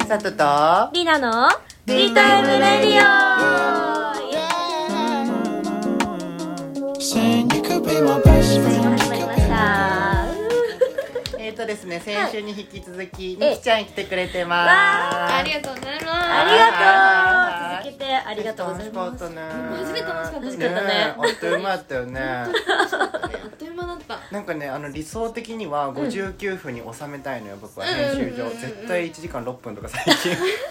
さととリナのティータイムレディオ。始まりました。 ですね、先週に引き続きみきちゃん来てくれてます。 ありがとうございます。 ありがとう。続けてありがとうございます。 初めて楽しかったですね。 あっという間だったよね。 あっという間だった。 なんかね、理想的には59分に収めたいのよ、僕は編集上。絶対1時間6分とか最近。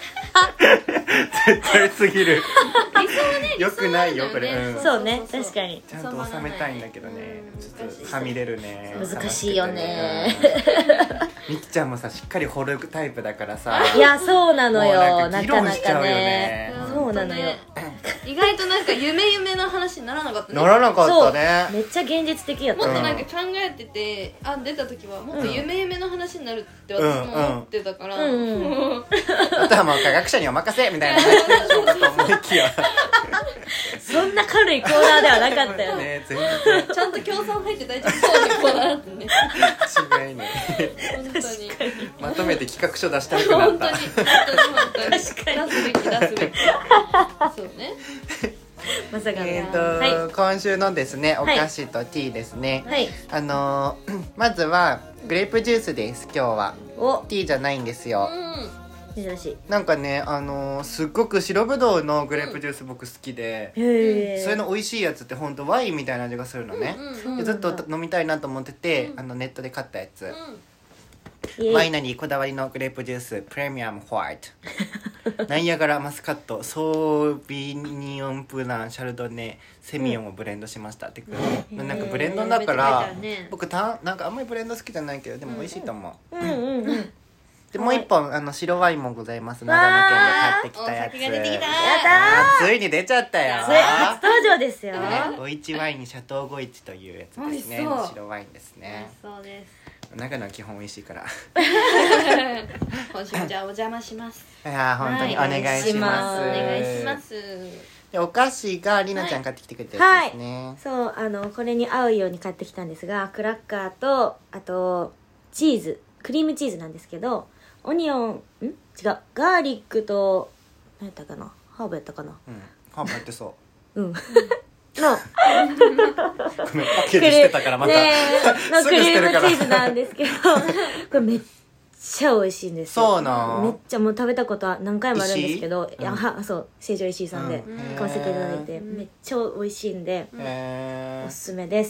絶対すぎる。よくないよこれ。 そうね、確かに。 ちゃんと収めたいんだけどね、ちょっとはみ出るね。 難しいよね。 みきちゃんもさ、しっかり掘るタイプだからさ。 いや、そうなのよ。なかなかね。 そうなのよ。 意外となんか夢の話にならなかったね。 ならなかったね。 めっちゃ現実的やった。 もっとなんか考えてて、出た時はもっと夢の話になるって私も思ってたから。あとはもう科学者にお任せみたいなテンションかと思いきや。 そんな軽いコーナーではなかったよね。 全然。 ちゃんと協賛入って大丈夫そうなコーナーだったね。 違いね。 本当に。 まとめて企画書出したくなった。 本当に確かに出すべき。そうね。 まさか今週のですね、お菓子とティーですね。 はい。 まずはグレープジュースです。今日は。ティーじゃないんですよ。 珍しい。 なんかね、すっごく白ぶどうのグレープジュース僕好きで、それの美味しいやつってほんとワインみたいな味がするのね。でずっと飲みたいなと思ってて、ネットで買ったやつ。ワイナリーこだわりのグレープジュースプレミアムホワイトナイアガラマスカットソービニオンブランシャルドネセミオンをブレンドしましたってくる。なんかブレンドだから僕なんかあんまりブレンド好きじゃないけどでも美味しいと思う。でもう一本白ワインもございます。長野県で買ってきたやつ。 お酒が出てきた。 やだついに出ちゃったよ。 初登場ですよ。 ゴイチワインにシャトーゴイチというやつですね。白ワインですね。 そうです。 長野は基本美味しいから今週もじゃあお邪魔します。 いや本当にお願いします。 お願いします。 でお菓子がりなちゃん買ってきてくれたやつですね。 そうこれに合うように買ってきたんですが、クラッカーとあとチーズ、クリームチーズなんですけど、オニオン違うガーリックと何やったかな、ハーブやったかな。 ハーブ入ってそう。 のごめん、パッケージしてたからまたのクリームチーズなんですけどこれめっちゃ美味しいんですよ。 そうなん。 めっちゃもう食べたことは何回もあるんですけど、そう成城石井さんで買わせていただいて、めっちゃ美味しいんでおすすめです。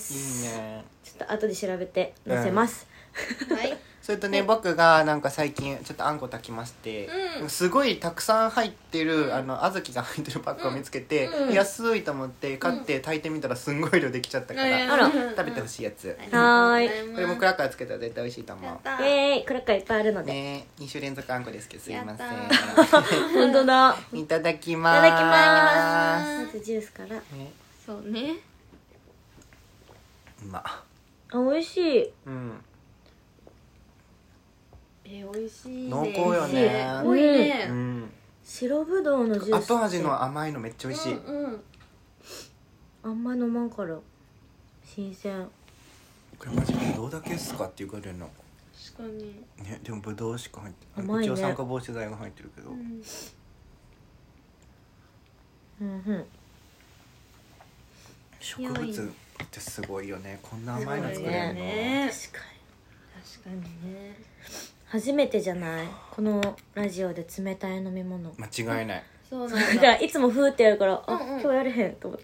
いいね。 ちょっと後で調べて載せます。 はい。 それとね、僕がなんか最近ちょっとあんこ炊きまして、すごいたくさん入ってる小豆が入ってるパックを見つけて、安いと思って買って炊いてみたらすんごい量できちゃったから、食べてほしいやつ。 はーい。 これもクラッカーつけたら絶対美味しいと思う。 クラッカーいっぱいあるのでね、2週連続あんこですけどすいません。 本当だ。 いただきます。 いただきます。まずジュースから。 そうね。 うま。 美味しい。 美味しいね。 濃厚よね。 多いね。 白ぶどうのジュース。 後味の甘いのめっちゃ美味しい。 あんま飲まんから新鮮。 これマジぶどうだけっすかっていうぐらいの。 確かに。 ね、でもぶどうしか入ってない。 甘いね。 一応酸化防止剤が入ってるけど。植物ってすごいよね。こんな甘いの作れるの。 確かにね。初めてじゃない、このラジオで冷たい飲み物。 間違いない。 そうなんだからいつもふーってやるから今日やれへんと思って。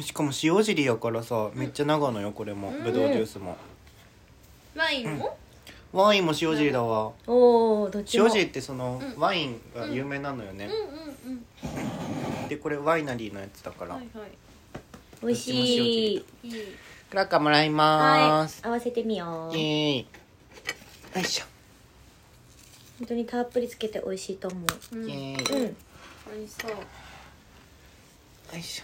しかも塩尻やからさ、めっちゃ長野よこれも。ぶどうジュースもワインもワインも塩尻だわ。 どっちも塩尻ってそのワインが有名なのよね。でこれワイナリーのやつだから美味しい。 クラッカーもらいます。 合わせてみよう。 よいしょ。 本当にたっぷりつけて美味しいと思う。 美味しそう。 よいしょ。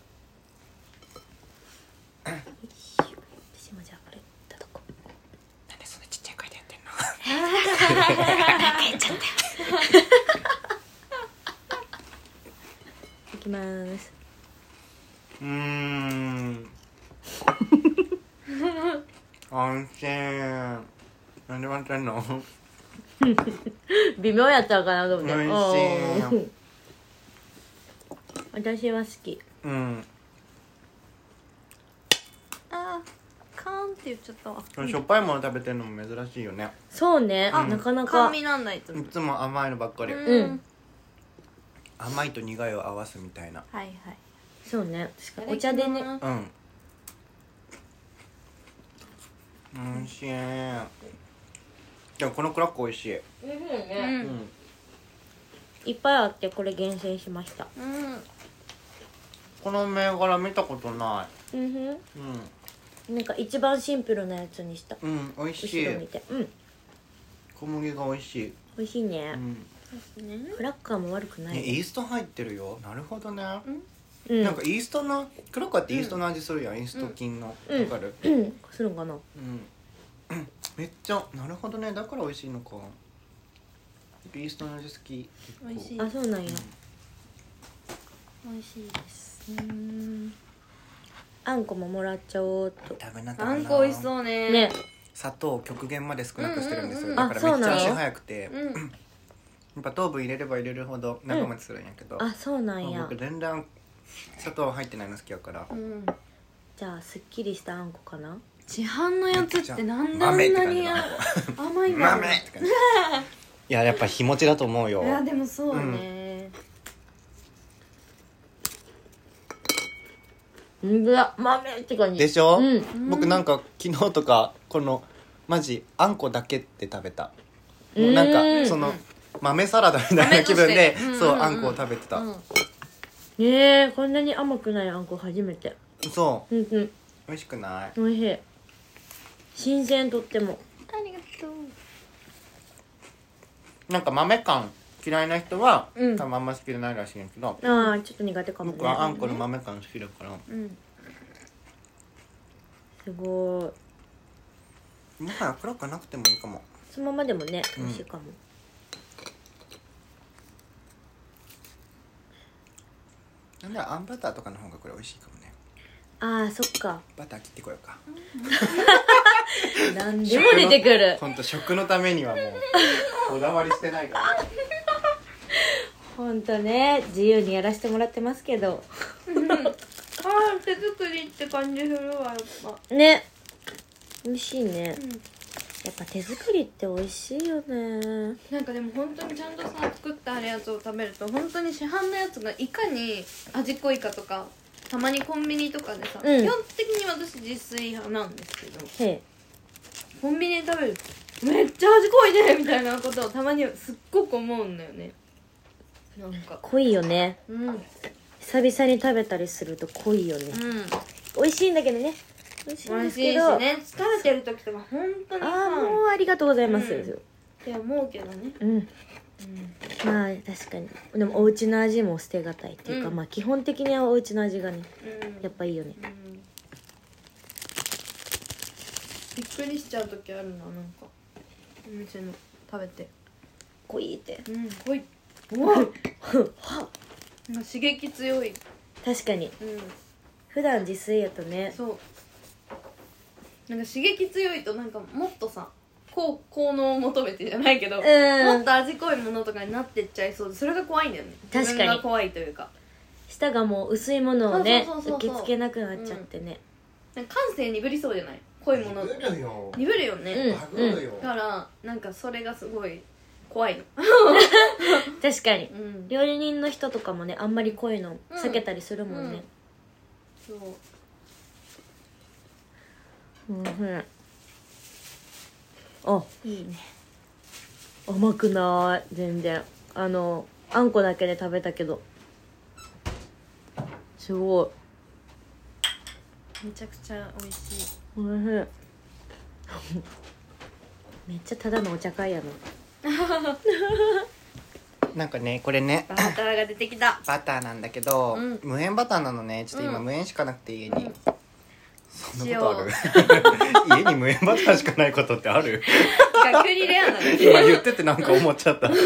私もじゃあこれいただこう。 なんでそんなちっちゃい声でやってんの。 帰っちゃったいきます。 温泉。なんで笑ってんの。 微妙やったかなと思って。 美味しい。 私は好き。 うん。 あーカーンって言っちゃったわ。 しょっぱいもの食べてるのも珍しいよね。 そうね、なかなか甘みなんないと。 いつも甘いのばっかり。 うん甘いと苦いを合わすみたいな。 はいはい。 そうね、確かお茶でね。 うん。美味しい。でもこのクラッカー美味しい。 美味しいうね。 んいっぱいあってこれ厳選しました。 うんこの銘柄見たことなうんふん。 い。 なんか一番シンプルなやつにした。 うん。美味しい後ろ。見て。 小麦が美味しい。 美味しいね。 ね。 クラッカーも悪くない。 イースト入ってるよ。なるほどね。 うん。 なんかイーストのクラッカーってイーストの味するやん。イースト菌の。わかる？ うんするんかな。 めっちゃなるほどね。だから美味しいのか。イーストの味好き。 美味しい。 あ、そうなんや。 美味しいです。 あんこももらっちゃおうと。 食べな食べな。 あんこ美味しそうね。 ね。 砂糖を極限まで少なくしてるんですよ。 うんだうんからめっちゃ足あそうなの早くて。 うん。 やっぱ糖分入れれば入れるほど長持ちするんやけど、 あ、そうなんや。 僕全然砂糖入ってないの好きやから、 うん。 じゃあすっきりしたあんこかな。 市販のやつってなんであん豆ってなに感じな甘いんだろう。 豆って感じ。いややっぱ日持ちだと思うよ。 いやでもそうね。 うんぶら豆って感じでしょ、 うん僕なんか昨日とかこのマジあんこだけって食べた。もうなんかその豆サラダみたいな気分で、 豆としてそうあんこを食べてた、 こんなに甘くないあんこ初めて。 そううんうん。 美味しくない？ おいしい。新鮮とっても。 ありがとう。 なんか豆感嫌いな人は、 うん多分あんま好きじゃないらしいんやけど、 ああちょっと苦手かもね。 僕はあんこの豆感好きだから、 うん。 すごい。 もはやクラッカーなくてもいいかも。 そのままでもね美味しいかも。 なんならあんバターとかの方がこれ美味しいかもね。 ああそっか。 バター切ってこようか。 なんでも出てくる。 ほんと食のためにはもうこだわりしてないから。 ほんとね自由にやらせてもらってますけど。 あー手作りって感じするわやっぱ。 ね美味しいね。やっぱ手作りって美味しいよね。 なんかでも本当にちゃんとさ作ってあるやつを食べると本当に市販のやつがいかに味濃いかとか、たまにコンビニとかでさ、 うん基本的に私自炊派なんですけど、 へえ。 コンビニで食べるとめっちゃ味濃いねみたいなことをたまにすっごく思うんだよね。なんか濃いよね。 うん久々に食べたりすると濃いよね。美味しいんだけどね。美味しいん美味しいですけど。 しね、疲れてる時とか本当にさああもうありがとうございます。 って思うけどね。 うん。まあ確かに。でもお家の味も捨てがたいっていうか、まあ基本的にはお家の味がねやっぱいいよね。 びっくりしちゃう時あるな、なんかお店の食べて濃いって。 濃い。うわなんか刺激強い。 確かに。普段自炊やとね。 そうなんか刺激強いとなんかもっとさ効能を求めてじゃないけど、もっと味濃いものとかになってっちゃいそうで、それが怖いんだよね。 確かに自分が怖いというか、 舌がもう薄いものをねそうそうそうそう受け付けなくなっちゃってね。 なんか感性鈍りそうじゃない、濃いもの鈍るよ。 鈍るよね、 鈍るよ。 だからなんかそれがすごい怖いの。 確かに。 うん料理人の人とかもねあんまり濃いの避けたりするもんね。 そうあいいね。 甘くない全然。あんこだけで食べたけどすごめちゃくちゃ美味しい。 いおいしい。めっちゃただのお茶会やな。 なんかねこれねバターが出てきた。 バターなんだけど、 うん無塩バターなのね。ちょっと今無塩しかなくて家に、そんなことある？家に無塩バターしかないことってある？ 逆にレアなの。 今言っててなんか思っちゃった。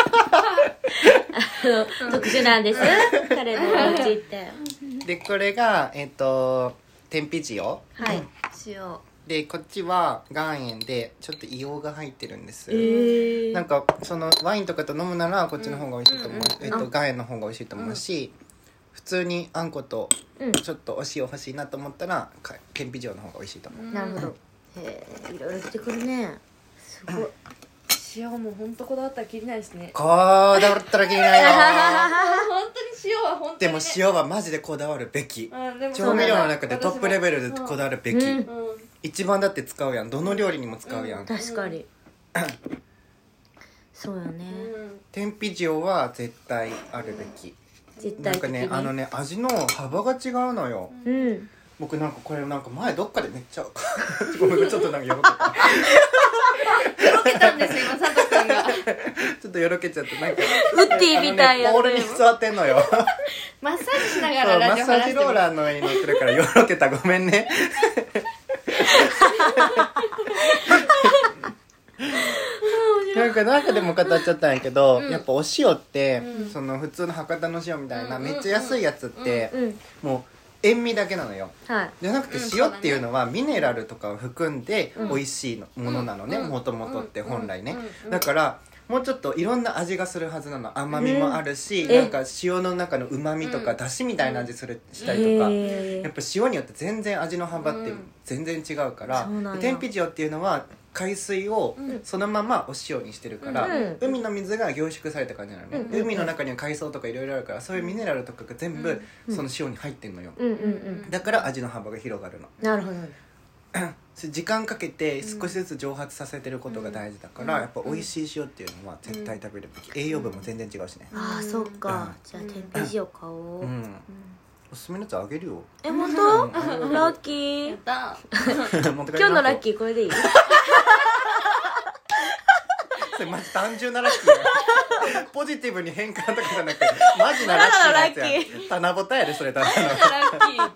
特殊なんです彼のお家って。 でこれが天日塩はい。 塩。 でこっちは岩塩でちょっと硫黄が入ってるんです、なんかそのワインとかと飲むならこっちの方が美味しいと思う、岩塩の方が美味しいと思うし、普通にあんことちょっとお塩欲しいなと思ったら天日塩の方が美味しいと思う、 なるほど。へえ、いろいろ出てくるね。すごい。 塩もほんとこだわったらきりないですね。 こだわったらきりないよ本当に塩は本当に、ね、 でも塩はマジでこだわるべき、 でも調味料の中でトップレベルでこだわるべき、一番だって使うやん、どの料理にも使うやん、 確かに。そうよね。 天日塩は絶対あるべき、 絶対的になんかね味の幅が違うのよ、僕なんかこれなんか前どっかでめっちゃごめんちょっとなんかよろけたよろけたんですよ今佐藤君がちょっとよろけちゃってなんかウッディみたいやポールに座ってんのよマッサージしながらラジオマッサー話してます。 ジローラーの上に乗ってるからよろけた、ごめんねなんかでも語っちゃったんやけど、やっぱお塩って、その普通の博多の塩みたいなめっちゃ安いやつって、もう塩味だけなのよ、じゃなくて塩っていうのはミネラルとかを含んで美味しいものなのね、もともとって本来ね、だからもうちょっといろんな味がするはずなの、甘みもあるし、なんか塩の中のうまみとかだしみたいな味したりとか、やっぱ塩によって全然味の幅って全然違うから、天日塩っていうのは海水をそのままお塩にしてるから、海の水が凝縮された感じなのね、海の中には海藻とかいろいろあるから、そういうミネラルとかが全部その塩に入ってんのよ、だから味の幅が広がるの。 なるほど。 時間かけて少しずつ蒸発させてることが大事だから、やっぱ美味しい塩っていうのは絶対食べるべき、栄養分も全然違うしね、 ああそっか、じゃあ天日塩買おう。 おすすめのやつあげるよ。 本当？ラッキー。 やった今日のラッキーこれでいい？ それマジ単純なラッキーやポジティブに変換とかじゃなくてマジなラッキーなやつや。棚ぼたやでそれただのラッキー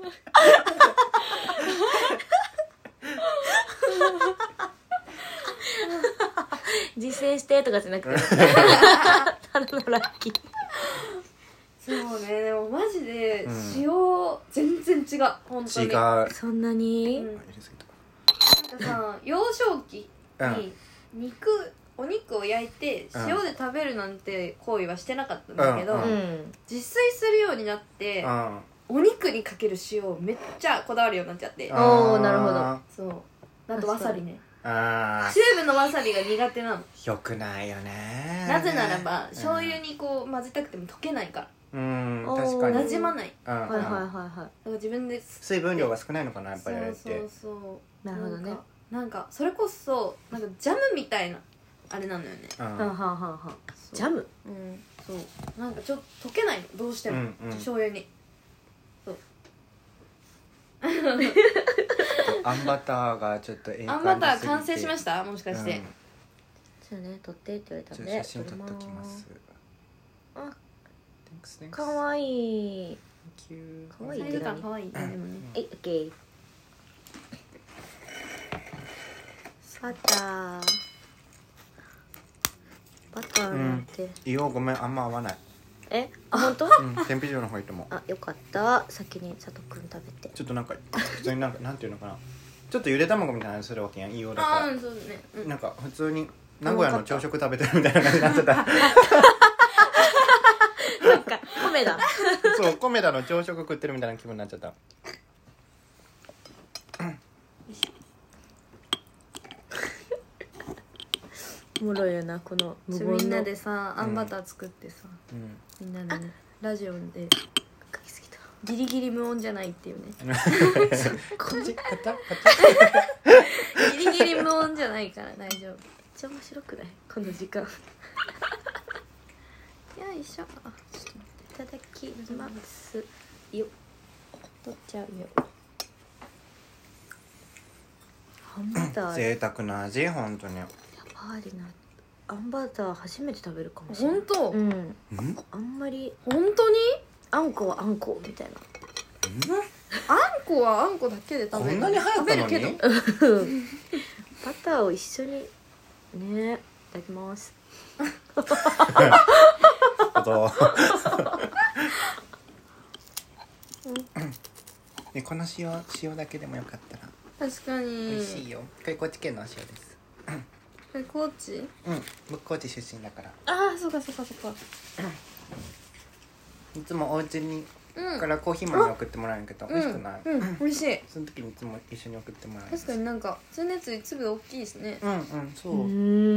実践してとかじゃなくてただのラッキー。 そうね、でもマジで塩全然違う、本当に違う。 そんなに、 なんかさ、幼少期にお肉を焼いて塩で食べるなんて行為はしてなかったんだけど、自炊するようになって、お肉にかける塩をめっちゃこだわるようになっちゃって。 おお、なるほど。 そう、あとわさびね、チチューブのわさびが苦手なの。 よくないよね。 なぜならば醤油にこう混ぜたくても溶けないから、 確かに馴染まない。 はいはいはいはい。だから自分で水分量が少ないのかな、やっぱりあれって。 そうなるほどね。 なんかそれこそなんかジャムみたいなあれなのよね。 ジャム。 そうなんかちょっと溶けないの、どうしても醤油に。そうあんバターがちょっとあんバター完成しました、もしかして。 そうね、撮ってって言われたんで写真撮っときます。 あ、かわいい。かわいいって何？ かわいい。でもね。 はい、オッケー。バターなんて。 いいよ、ごめん、あんま合わない。 本当？ 天日塩の方がいいと思う。 あ、よかった。先に佐藤くん食べて。 ちょっとなんか普通になんていうのかな。ちょっとゆで卵みたいなのするわけやん、いいよだから。 そうね。 なんか普通に名古屋の朝食食べてるみたいな感じになってた。 なんか米だ。 そう、米田の朝食食ってるみたいな気分になっちゃった。 おもろいよな、このみんなでさ、あんバター作ってさ、みんなでね、ラジオでかきすぎた。 ギリギリ無音じゃないっていうね。 こっちカタギリギリ無音じゃないから大丈夫。 めっちゃ面白くない？この時間。 よいしょ。あ、ちょっと待って。 いただきますよ。取っちゃうよ。あんバター。 贅沢な味、本当に。 やばいな。あんバター初めて食べるかもしれない。 本当？ あんまり。 本当に？ あんこはあんこみたいな。 あんこはあんこだけで食べる。 こんなに流行ったのに？ バターを一緒にね。いただきます。 この塩だけでもよかったら確かに美味しいよ。これ高知県のお塩です。 これ高知？ うん、僕高知出身だから。 ああ、そうかそうかそうか。 いつもお家にからコーヒー豆送ってもらうんやけど、美味しくない？ 美味しい。 その時にいつも一緒に送ってもらう。 確かになんか普通のやつより粒大きいですね。 そう。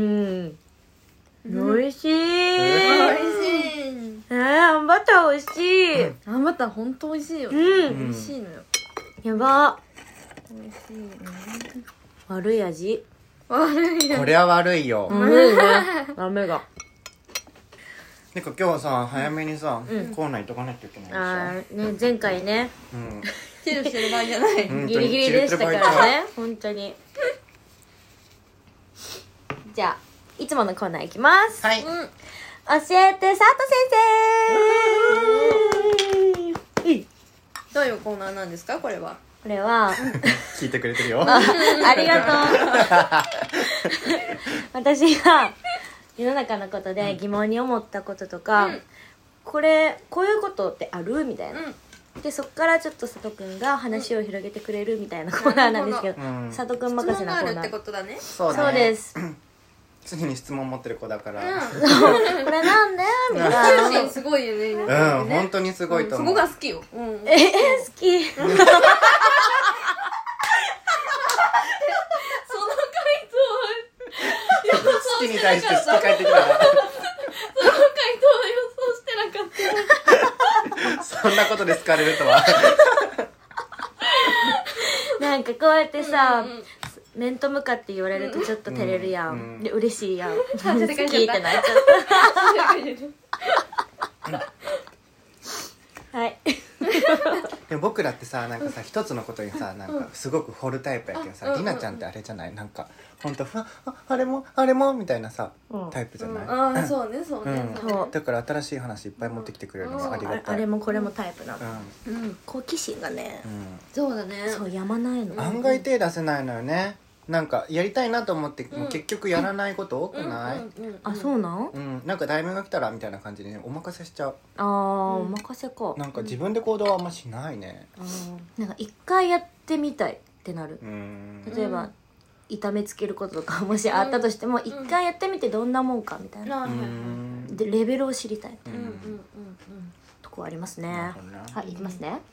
美味しい。 美味しい。 あんバター美味しい。 あんバター本当美味しいよ。美味しいのよ。 やば。 美味しいね。 悪い味。 悪いよ。 これは悪いよ。 ダメが。 なんか今日さ早めにさコーナー行っとかないといけないでしょ。 あーね、前回ね、 チルしてる場合じゃない。 ギリギリでしたからね、本当に。じゃあいつものコーナーいきます。 はい。 教えて佐藤先生。 どういうコーナーなんですかこれは？ これは聞いてくれてるよ。 ありがとう。私が世の中のことで疑問に思ったこととか、こういうことってあるみたいな、でそっからちょっと佐藤くんが話を広げてくれるみたいなコーナーなんですけど、佐藤くん任せなコーナー。質問があるってことだね。 そうです。 次に質問持ってる子だから。 これなんだよみたいな。 すごいよね。 本当にすごいと思う。 そこが好きよ。 好き。 その回答好きに対して好き返ってきたら。 その回答予想してなかった。 そんなことで好かれるとは。 なんかこうやってさ、面と向かって言われるとちょっと照れるやん、で嬉しいやん、好きってなっちゃったはい。 でも僕らってさ、なんかさ一つのことにさ、なんかすごく掘るタイプやけどさ、りなちゃんってあれじゃない、なんか本当あれもみたいなさタイプじゃない？ ああ、そうねそうね。 だから新しい話いっぱい持ってきてくれるのがありがたい。 あれもこれもタイプなの。好奇心がね、 そうだね。 そうやまないの。 案外手出せないのよね。なんかやりたいなと思っても結局やらないこと多くない？ あ、そうなん？ なんか題名が来たらみたいな感じでお任せしちゃう。 お任せか。 なんか自分で行動はあんましないね。 なんか一回やってみたいってなる。例えば痛めつけることとかもしあったとしても一回やってみてどんなもんかみたいな。でレベルを知りたい。とこありますね。はい、いきますね。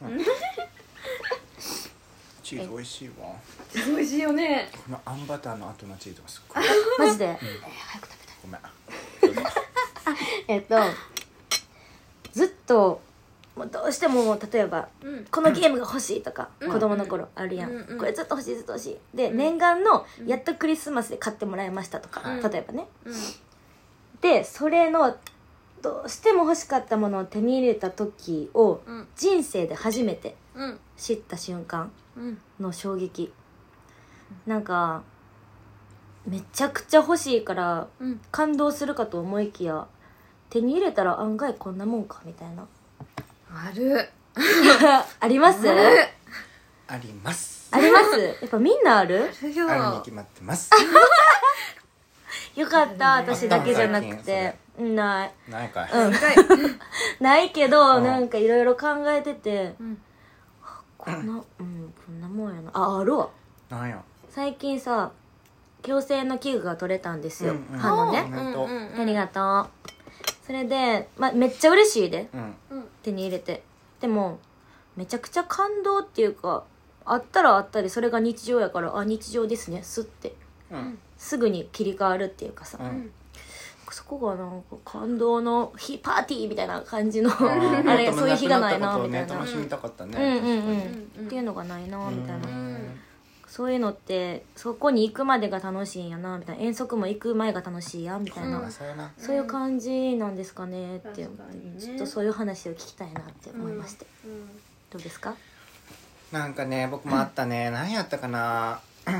チーズ美味しいわ。 美味しいよね。 このあんバターの後のチーズがすっごい。 マジで？早く食べたい。ごめん。ずっともうどうしても例えばこのゲームが欲しいとか子供の頃あるやん。これずっと欲しいずっと欲しい。で念願のやっとクリスマスで買ってもらいましたとか、例えばね。でそれのどうしても欲しかったものを手に入れた時を人生で初めて知った瞬間の衝撃、なんかめちゃくちゃ欲しいから感動するかと思いきや手に入れたら案外こんなもんかみたいな。 あるあります？ あります。 あります。やっぱみんなある？ あるに決まってます。 よかった、私だけじゃなくて。ないかい。 ないけど、なんかいろいろ考えてて、こんなもんやな。あるわ。 なんや。 最近さ、矯正の器具が取れたんですよ。歯のね。ありがとう。それで、めっちゃ嬉しいで。手に入れて。でも、めちゃくちゃ感動っていうか、あったらあったり、それが日常やから、あ、日常ですね、すって。すぐに切り替わるっていうかさ。そこがなんか感動の日パーティーみたいな感じのあれ、そういう日がないなみたいな。 楽しみたかったね。 っていうのがないなみたいな。そういうのってそこに行くまでが楽しいんやなみたいな。遠足も行く前が楽しいやみたいな。そういう感じなんですかねって、ちょっとそういう話を聞きたいなって思いまして。どうですか？ なんかね、僕もあったね。何やったかな。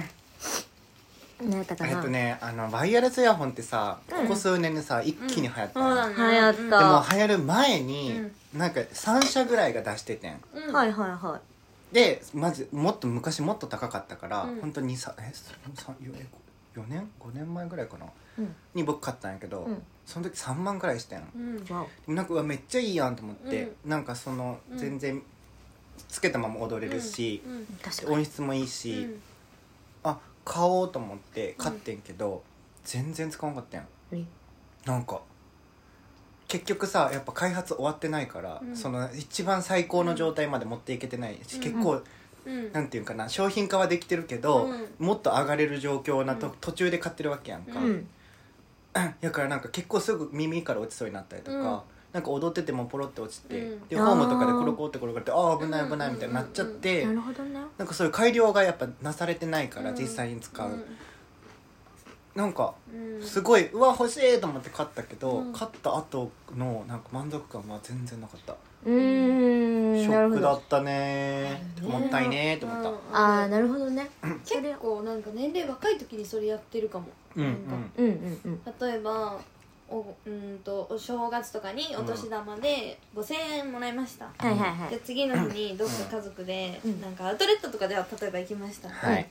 ワイヤレスイヤホンってさ、ここ数年でさ一気に流行った。 流行った。 でも流行る前になんか3社ぐらいが出しててん。 はいはいはい。 でまず昔もっと高かったから本当に4年5年前ぐらいかなに僕買ったんやけど、その時3万ぐらいしてん。なんかめっちゃいいやんと思って、なんかその全然つけたまま踊れるし、音質もいいし、 買おうと思って買ってんけど、全然使わなかったやん。なんか結局さやっぱ開発終わってないから、その一番最高の状態まで持っていけてないし、結構、なんていうかな、商品化はできてるけど、もっと上がれる状況なと、途中で買ってるわけやんか、だからなんか結構すぐ耳から落ちそうになったりとか、なんか踊っててもポロって落ちて、でホームとかでコロコロって転がって危ない危ないみたいになっちゃって、 なるほどね。 なんかそういう改良がやっぱなされてないから、実際に使う、なんかすごいうわ欲しいと思って買ったけど、買った後のなんか満足感は全然なかった。ショックだったねー、もったいねーと思った。 ああなるほどね。 結構なんか年齢若い時にそれやってるかも。例えばお正月とかにお年玉で5000円もらいました、で次の日にどっか家族でなんかアウトレットとかでは例えば行きましたって言って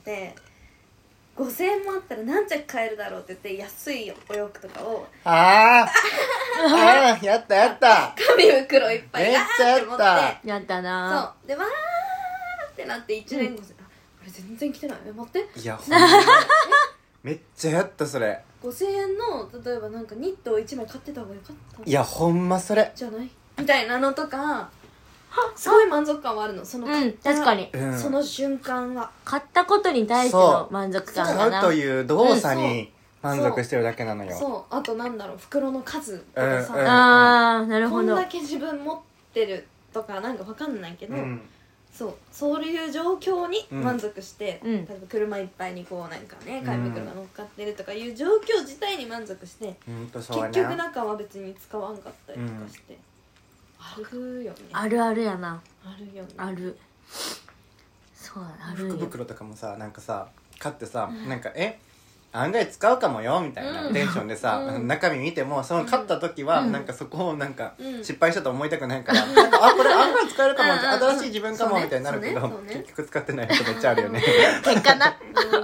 、5000円もあったら何着買えるだろうって言って安いお洋服とかをやったやった紙袋いっぱいめっちゃやった、 やったな。 そうでわーってなって1年後、あれ全然着てない、待って、 いやほんまめっちゃやったそれ。 5000円の例えばなんかニットを1枚買ってた方がよかったいやほんまそれじゃないみたいなのとか、すごい満足感はあるの、その買った、 確かに、 その瞬間は買ったことに対しての満足感がな、 買うという動作に満足してるだけなのよ。 そうあとなんだろう、袋の数とかさ、 あーなるほど、 こんだけ自分持ってるとかなんか分かんないけど、そういう状況に満足して、例えば車いっぱいにこうなんかね紙袋が乗っかってるとかいう状況自体に満足して、結局中は別に使わんかったりとかして、あるよね。 あるあるやな。 あるよね。 ある。そうあるよ。 福袋とかもさなんかさ買ってさ、なんか案外使うかもよみたいなテンションでさ、中身見てもその買った時はなんかそこをなんか失敗したと思いたくないから、なんかこれ案外使えるかも、新しい自分かもみたいになるけど、結局使ってないことめっちゃあるよね。 結果な。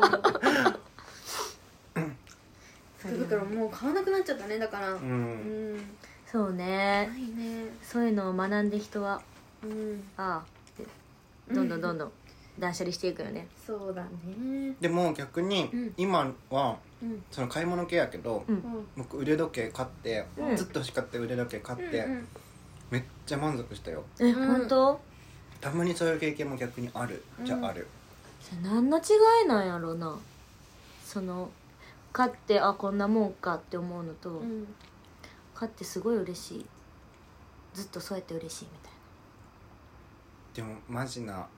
福袋もう買わなくなっちゃったね、だから。 そうね。そういうのを学んで人はどんどん断捨離していくよね。 そうだね。 でも逆に今はその買い物系やけど、僕腕時計買ってずっと欲しかった腕時計買ってめっちゃ満足したよ。 本当？ たまにそういう経験も逆にあるじゃある。 何の違いなんやろうな。その買ってこんなもんかって思うのと、買ってすごい嬉しい、ずっとそうやって嬉しいみたいな。 でもマジな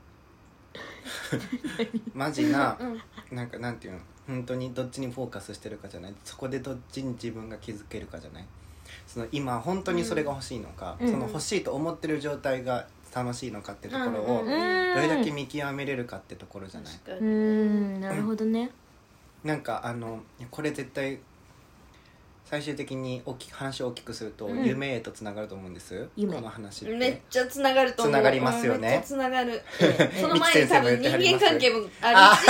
マジな、なんかなんていうの、本当にどっちにフォーカスしてるかじゃない、そこでどっちに自分が気づけるかじゃない、その今本当にそれが欲しいのか、その欲しいと思ってる状態が楽しいのかってところをどれだけ見極めれるかってところじゃない。 なるほどね。 なんかこれ絶対最終的に話を大きくすると夢へとつながると思うんです、この話ってめっちゃつながると思う。 つながりますよね。 めっちゃつながる。その前に多分人間関係もあるし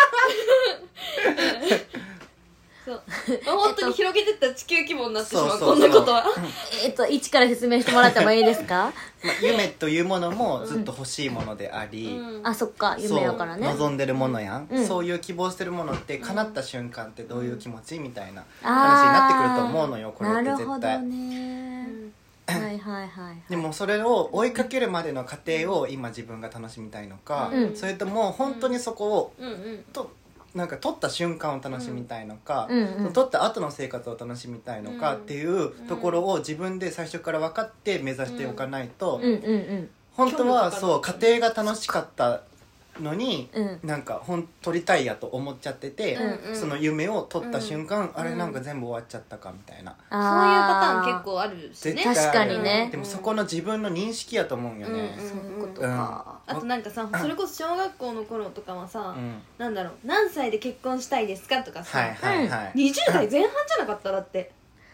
そう本当に広げてったら地球規模になってしまう、こんなことは。 一から説明してもらってもいいですか？ 夢というものもずっと欲しいものであり、 そっか、夢やからね。 望んでるものやん、そういう希望してるものって叶った瞬間ってどういう気持ちみたいな話になってくると思うのよ、これって絶対。なるほどね。でもそれを追いかけるまでの過程を今自分が楽しみたいのか、それとも本当にそこをなんか取った瞬間を楽しみたいのか、取った後の生活を楽しみたいのかっていうところを自分で最初から分かって目指しておかないと、本当はそう家庭が楽しかったのに、なんか取りたいやと思っちゃってて、その夢を取った瞬間、あれなんか全部終わっちゃったかみたいな、 そういうパターン結構あるしね。 確かにね。 でもそこの自分の認識やと思うんよね。 そういうことか。 あとなんかさ、それこそ小学校の頃とかはさ、なんだろう、何歳で結婚したいですかとかさ、20代前半じゃなかったらって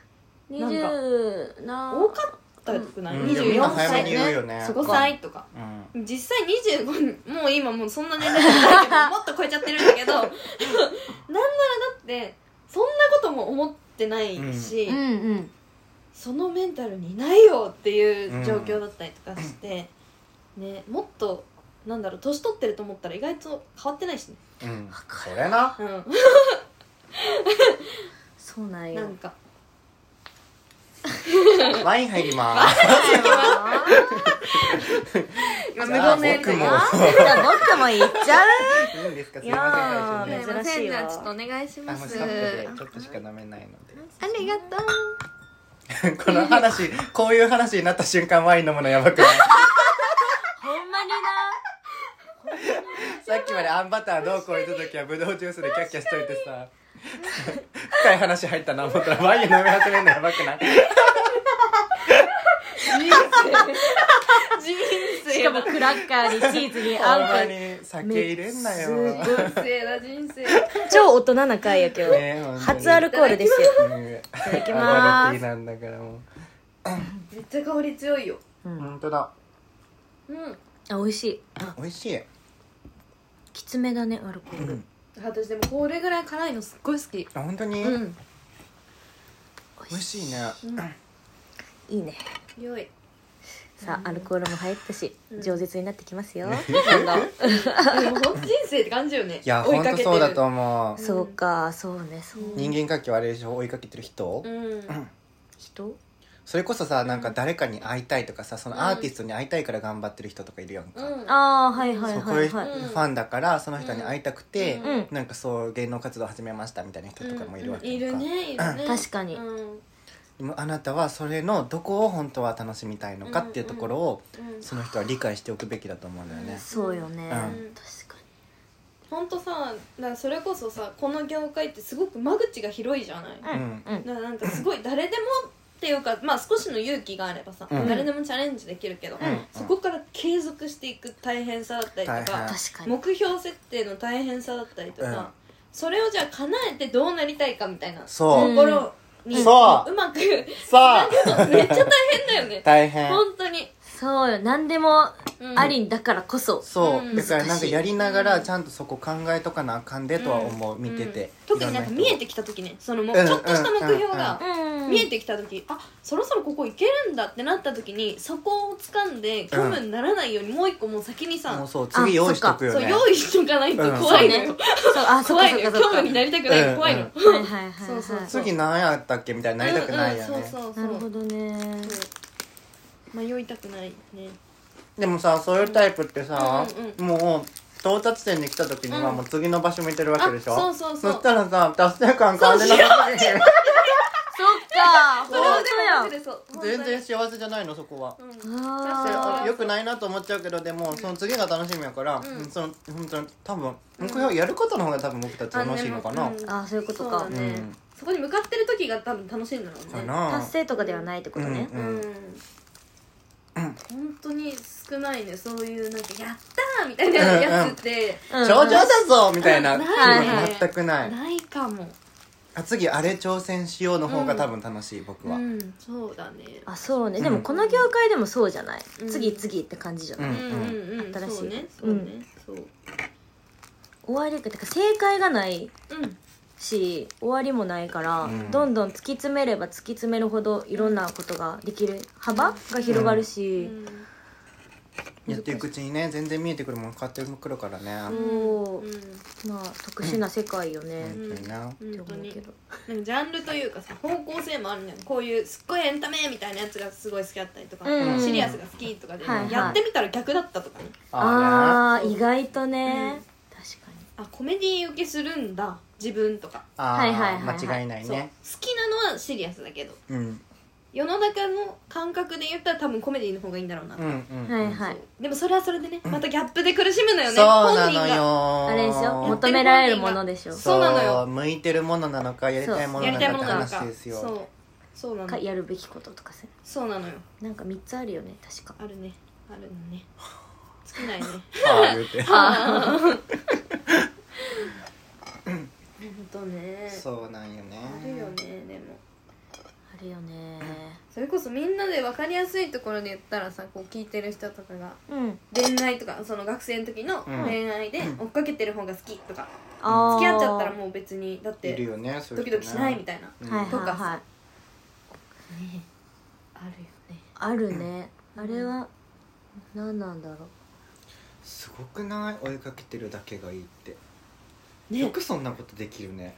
20 多かったくない？24歳ね、5歳とか、実際25、もう今もうそんな年齢じゃないけどもっと超えちゃってるんだけどなんならだってそんなことも思ってないし、そのメンタルにないよっていう状況だったりとかして、ね、もっとなんだろう、年取ってると思ったら意外と変わってないしね。 それな、 そうなんよ。 なんかワイン入ります。 今無言のやりとりが僕も言っちゃう。 いいんですか、すいいまやーせん、最初に。 すいません、 珍しいわじゃあちょっとお願いします。 もうカップでちょっとしか飲めないのありがとう。 でこの話、こういう話になった瞬間ワイン飲むのやばくない？ ほんまにな。 さっきまであんバターどうこう言った時はブドウジュースでキャッキャしといてさ深い話入ったな思ったらワイン飲み始めるのやばくない？ 人生しかもクラッカーにチーズにほんま合うに酒入れんなよ。 人生だ人生。 超大人な回や今日、 ね本当に初アルコールですよ。 いただきますアバルティなんだからもう。 めっちゃ香り強いよ。 本当だ。 あ、美味しい。 美味しい。 きつめだねアルコール。 私でもこれぐらい辛いのすっごい好き。 あ、本当に。 うん美味しいね。 いいね。 良い。 さあアルコールも入ったし饒舌になってきますよ。 でも本当人生って感じよね。 いや追いかけてる本当そうだと思う。 そうか、そうね、そう。 人間関係はあれでしょ、追いかけてる人。 人？ それこそさ、なんか誰かに会いたいとかさ、そのアーティストに会いたいから頑張ってる人とかいるやんか。 ああ、はいはいそう、こういうフはいはい。 ァンだからその人に会いたくて、 うんなんかそう芸能活動始めましたみたいな人とかもいるわけやんか。 いるね、いるね。 確かに。 でもあなたはそれのどこを本当は楽しみたいのかっていうところをその人は理解しておくべきだと思うんだよね。 そうよね。確か本当さ、だからそれこそさ、この業界ってすごく間口が広いじゃない。 に。 だからなんかすごい誰でもっていうか、まあ少しの勇気があればさ、誰でもチャレンジできるけど、そこから継続していく大変さだったりとか、 確かに。 目標設定の大変さだったりとか、それをじゃあ叶えてどうなりたいかみたいなとそうころにそううまくそうめっちゃ大変だよね。 大変。 本当に。 そうよ、何でもありだからこそ。 そうだからなんかやりながらちゃんとそこ考えとかなあかんでとは思う、見てて。 特になんか見えてきた時ね、そのちょっとした目標が見えてきた時、あ、そろそろここ行けるんだってなった時に、そこを掴んで虚無にならないようにもう一個もう先にさ、 もうそう次用意しとくよそうね。 用意しとかないと怖いのよ。 そうあ、そっ怖いのよ。 かそっかそっか。 虚無になりたくない怖いの。 はいはいはい。 そうそうそう。 次何やったっけみたいになりたくないよね。 そうそうそう。 なるほどね。 迷いたくないね。 でもさ、そういうタイプってさ、もう到達点に来た時にはもう次の場所見てるわけでしょ。 そうそうそう。 そしたらさ、達成感感じなかった時にそっか、ほんとや。 全然幸せじゃないのそこは。 あよくないなと思っちゃうけど、でもその次が楽しみやから、その本当に多分目標やることの方が多分僕たち楽しいのかな。 あ、そういうことか。 そこに向かってる時が多分楽しいんだろうね。 かな。 達成とかではないってことね。 本当に少ないね、そういうなんかやったーみたいなやつって頂上だぞみたいな気ない分全くない。 ないかも。 次あれ挑戦しようの方が多分楽しい、僕は。 そうだね。 あ、そうね。でもこの業界でもそうじゃない。次々って感じじゃない。 新しいね。そうね。そう。 終わりってか正解がないし、終わりもないから、どんどん突き詰めれば突き詰めるほどいろんなことができる幅が広がるし、 やっていくうちにね、全然見えてくるもの変わってくるからね。 まあ特殊な世界よね。 本当に。なんかジャンルというかさ、方向性もあるんだよ。こういうすっごいエンタメみたいなやつがすごい好きだったりとか、シリアスが好きとかでやってみたら逆だったとかね。 ああ、意外とね。確かに。 あ、コメディ受けするんだ自分とか。 間違いないね。 好きなのはシリアスだけど、世の中の感覚で言ったら多分コメディの方がいいんだろうな。 はいはい。 でもそれはそれでね、またギャップで苦しむのよね。 そうなのよ。 あれでしょ、求められるものでしょ。 そうなのよ。 向いてるものなのかやりたいものなのかって話ですよ。 そうなの。 やるべきこととかさ。 そうなのよ。 なんか3つあるよね、確か。 あるね。あるのね。尽きないね。 言うて。 本当ね。 そうなんよね。 あるよね、でも。 あるよね。 それこそみんなで分かりやすいところで言ったらさ、こう聞いてる人とかが恋愛とか、その学生の時の恋愛で追っかけてる方が好きとか、付き合っちゃったらもう別にだってドキドキしないみたいなとかさ、あるよね。 あるね。あれは何なんだろう。 すごくない？追いかけてるだけがいいって。 よくそんなことできるね。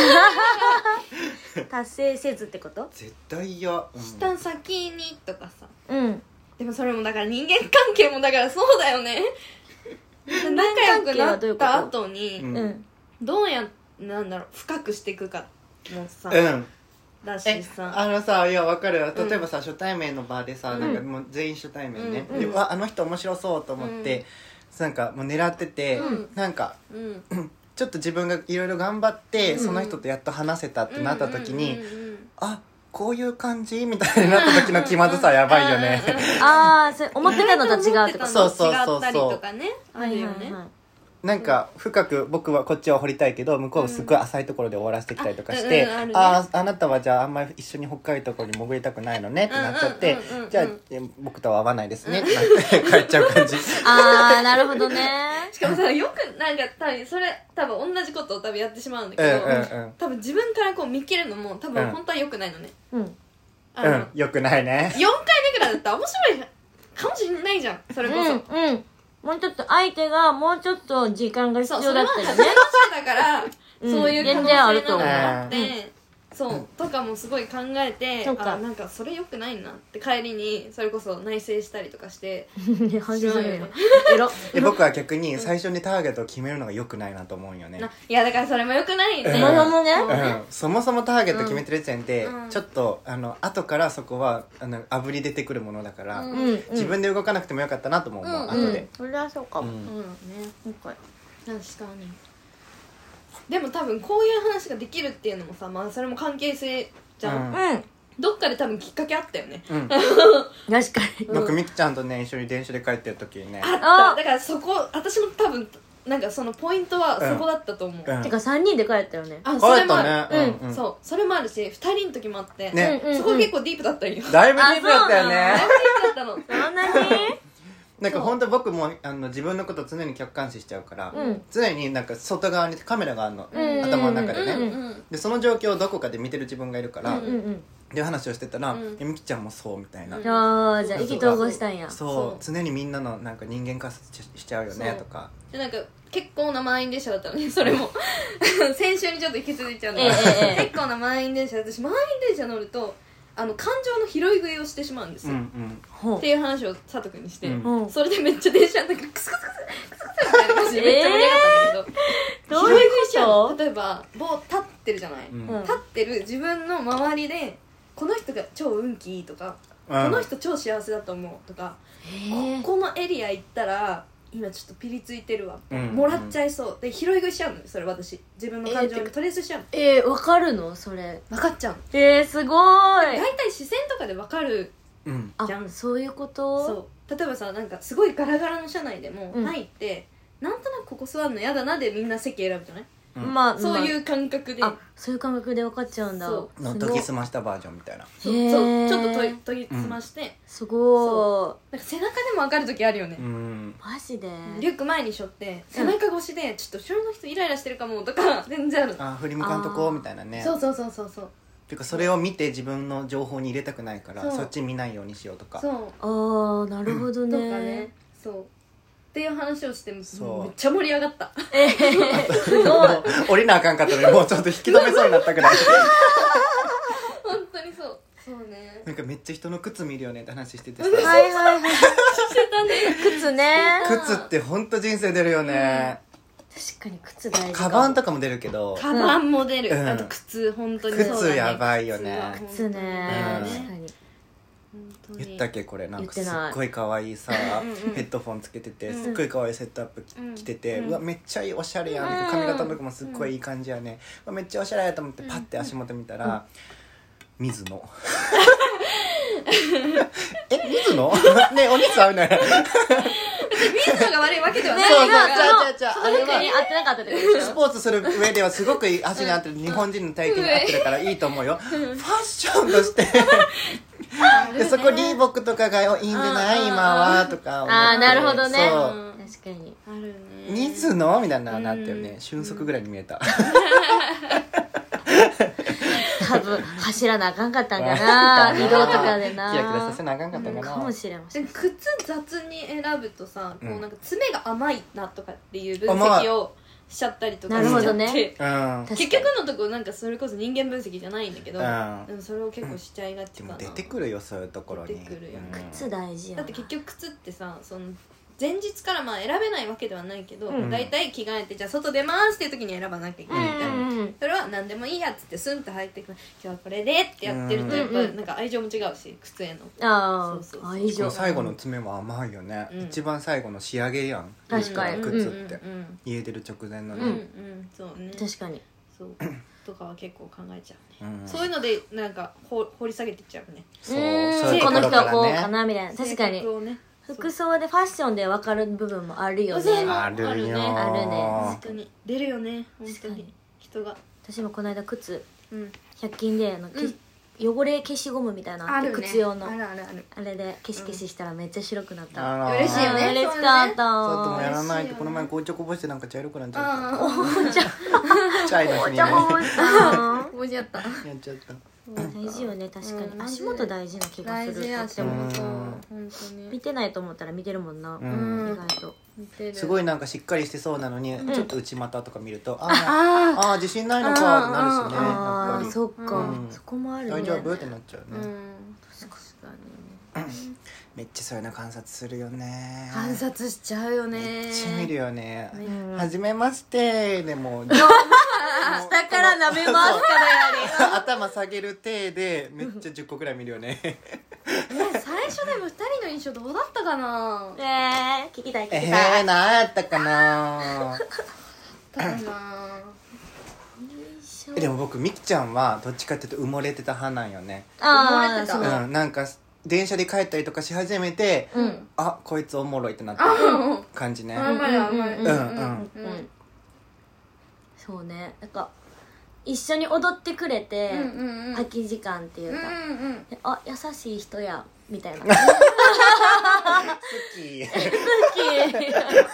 達成せずってこと？ 絶対嫌。 した先にとかさ。 うん。 でもそれもだから人間関係もだからそうだよね。仲良くなった後にどうやなんだろう深くしていくかもさ、だしさ。 さ、いや分かる。例えばさ、初対面の場でさ、なんかもう全員初対面ね、であの人面白そうと思って、なんかもう狙ってて、なんか、ちょっと自分がいろいろ頑張って、その人とやっと話せたってなった時に、あ、こういう感じみたいになった時の気まずさやばいよね。 ああ、それ思ってたのと違うってこと？ そうそうそうそう。 違ったりとかね、あるよね。 なんか深く僕はこっちは掘りたいけど向こうすっごい浅いところで終わらせてきたりとかして、あなたはじゃああんまり一緒に深いところに潜りたくないのねってなっちゃって、じゃあ僕とは合わないですねってなって帰っちゃう感じ。 ああ、なるほどね。 しかもさ、よくなんか多分同じことを多分やってしまうんだけど、多分自分からこう見切るのも多分本当は良くないのね。 良くないね。4 回目くらいだったら面白いかもしれないじゃん、それこそ。 もうちょっと相手がもうちょっと時間が必要だったりね。 そう、それは初めてだからそういう可能性なのがあって、そうとかもすごい考えて、あ、なんかそれ良くないなって帰りにそれこそ内省したりとかして反省するよ。 僕は逆に最初にターゲットを決めるのが良くないなと思うよね。 いやだからそれも良くないね。 そもそもターゲット決めてる時点でちょっと後からそこはあぶり出てくるものだから、自分で動かなくてもよかったなとも思う。後でそれはそうかも。 確かに。でも多分こういう話ができるっていうのもさ、まあそれも関係性じゃん。どっかで多分きっかけあったよね。 確かに。 僕みきちゃんとね一緒に電車で帰ってる時にね。 あった。だからそこ私も多分なんかそのポイントはそこだったと思う。てか3人で帰ったよね。 あ、それもある。そう、それもあるし2人の時もあって、そこ結構ディープだったよ。 だいぶディープだったよね。 だいぶディープだったの。 そんなに？ なんか本当僕も自分のこと常に客観視しちゃうから、常になんか外側にカメラがあるの、頭の中でね、でその状況をどこかで見てる自分がいるから、で話をしてたら「みきちゃんもそう」みたいな。 じゃあ意気投合したんや。 そう常にみんなのなんか人間観察しちゃうよねとか。 でなんか結構な満員電車だったのね、それも先週にちょっと引き続いちゃうんだけど、結構な満員電車で私満員電車乗ると感情の拾い食いをしてしまうんですよ、っていう話を佐藤君にして、それでめっちゃ電車の中でクスクスクスクスクスみたいな感じでめっちゃ盛り上がったんだけど、拾い食いしちゃう。例えば立ってるじゃない、立ってる自分の周りでこの人が超運気いいとか、この人超幸せだと思うとか、ここのエリア行ったら今ちょっとピリついてるわ、もらっちゃいそうで拾い食いしちゃうのよ。それ私自分の感情をトレースしちゃうの。 わかるの？それ分かっちゃう。 すごい。 大体視線とかで分かるじゃん。 そういうこと？ そう、例えばさ、なんかすごいガラガラの車内でも入って、なんとなくここ座るの嫌だなでみんな席選ぶじゃない、そういう感覚で、 そういう感覚で分かっちゃうんだ。 の研ぎ澄ましたバージョンみたいな。 そうちょっと研ぎ澄まして、 すごい。なんか背中でも分かる時あるよね。 マジでリュック前に背負って背中越しでちょっと後ろの人イライラしてるかもとか全然ある。 振り向かんとこうみたいなね。 そうていうかそれを見て自分の情報に入れたくないからそっち見ないようにしようとか。 なるほどね。 とかね。そうっていう話をしてめっちゃ盛り上がった。 すごい。 降りなあかんかったのにもうちょっと引き止めそうになったぐらい。 本当にそう。そうね。 なんかめっちゃ人の靴見るよねって話しててさ。 してたね。 靴ね。 靴って本当人生出るよね。 確かに靴大事。 カバンとかも出るけど。 カバンも出る。あと靴本当にそうだね。 靴やばいよね。 靴ね。確かに。 言ったっけこれなんかすっごい可愛いさヘッドフォンつけててすっごい可愛いセットアップ着てて、うわめっちゃいいおしゃれやん、髪型とかもすっごいいい感じやね、めっちゃおしゃれやと思ってパッて足元見たら水野水野ねお水合うね。 水野が悪いわけではない。 あれは合ってなかったってことでしょ。 スポーツする上ではすごく足に合ってる、日本人の体型に合ってるからいいと思うよ。ファッションとしてでそこリーボックとかがいいんじゃない今はとか思って。 なるほどね。確かにあるね。 水野みたいななったよね。瞬足ぐらいに見えた。 多分走らなあかんかったんかな、移動とかでな。 キラキラさせなあかんかったんかな。 かもしれません。 靴雑に選ぶとさ、こうなんか爪が甘いなとかっていう分析をしちゃったりとかなるほどしちゃって、 ね結局のところなんかそれこそ人間分析じゃないんだけど、でもそれを結構しちゃいがちかな。 でも出てくるよそういうところに。 出てくるよね。 靴大事やな。 だって結局靴ってさ、その前日からまあ選べないわけではないけど、だいたい着替えてじゃあ外出ますっていう時に選ばなきゃいけないみたいな、それは何でもいいやっつってスンと入ってくる、今日はこれでってやってるとやっぱなんか愛情も違うし、靴への。 そう愛情。 最後の爪は甘いよね、一番最後の仕上げやん。 確かに靴って家出る直前のね。 そうね、 確かにそうとかは結構考えちゃうね、そういうのでなんか掘り下げてっちゃうね。 そうこの人はこうかなみたいな。確かに性格をね、 服装でファッションで分かる部分もあるよね。 あるよ、 あるね。 確かに出るよね、本当に人が。 私もこの間靴100均で汚れ消しゴムみたいなのあって、靴用のあれで消し消ししたらめっちゃ白くなった。 嬉しいよね。 嬉しかった。 そうともやらないとこの前紅茶こぼしてなんか茶色くなっちゃった。紅茶チャイの日にねこぼしちゃった。 やっちゃった。 大事よね、確かに。足元大事な気がする。 大事足元、本当に見てないと思ったら見てるもんな、意外と。 すごいなんかしっかりしてそうなのにちょっと内股とか見るとああ自信ないのかってなるしね。やっぱりそっか、そこもあるね。 大丈夫ってなっちゃうね。 確かにめっちゃそういうの観察するよね。 観察しちゃうよね。 めっちゃ見るよね。はじめましてでも下から舐めますからやり頭下げる体でめっちゃ10個くらい見るよね。 最初でも2人の印象どうだったかな。 聞きたい聞きたい。 何やったかな。でも僕みきちゃんはどっちかっていうと埋もれてた派なんよね。 埋もれてた。 なんか電車で帰ったりとかし始めて、あこいつおもろいってなった感じね。 そうね、なんか一緒に踊ってくれて、空き時間っていうか、あ優しい人やみたいな。好きめっちゃ優し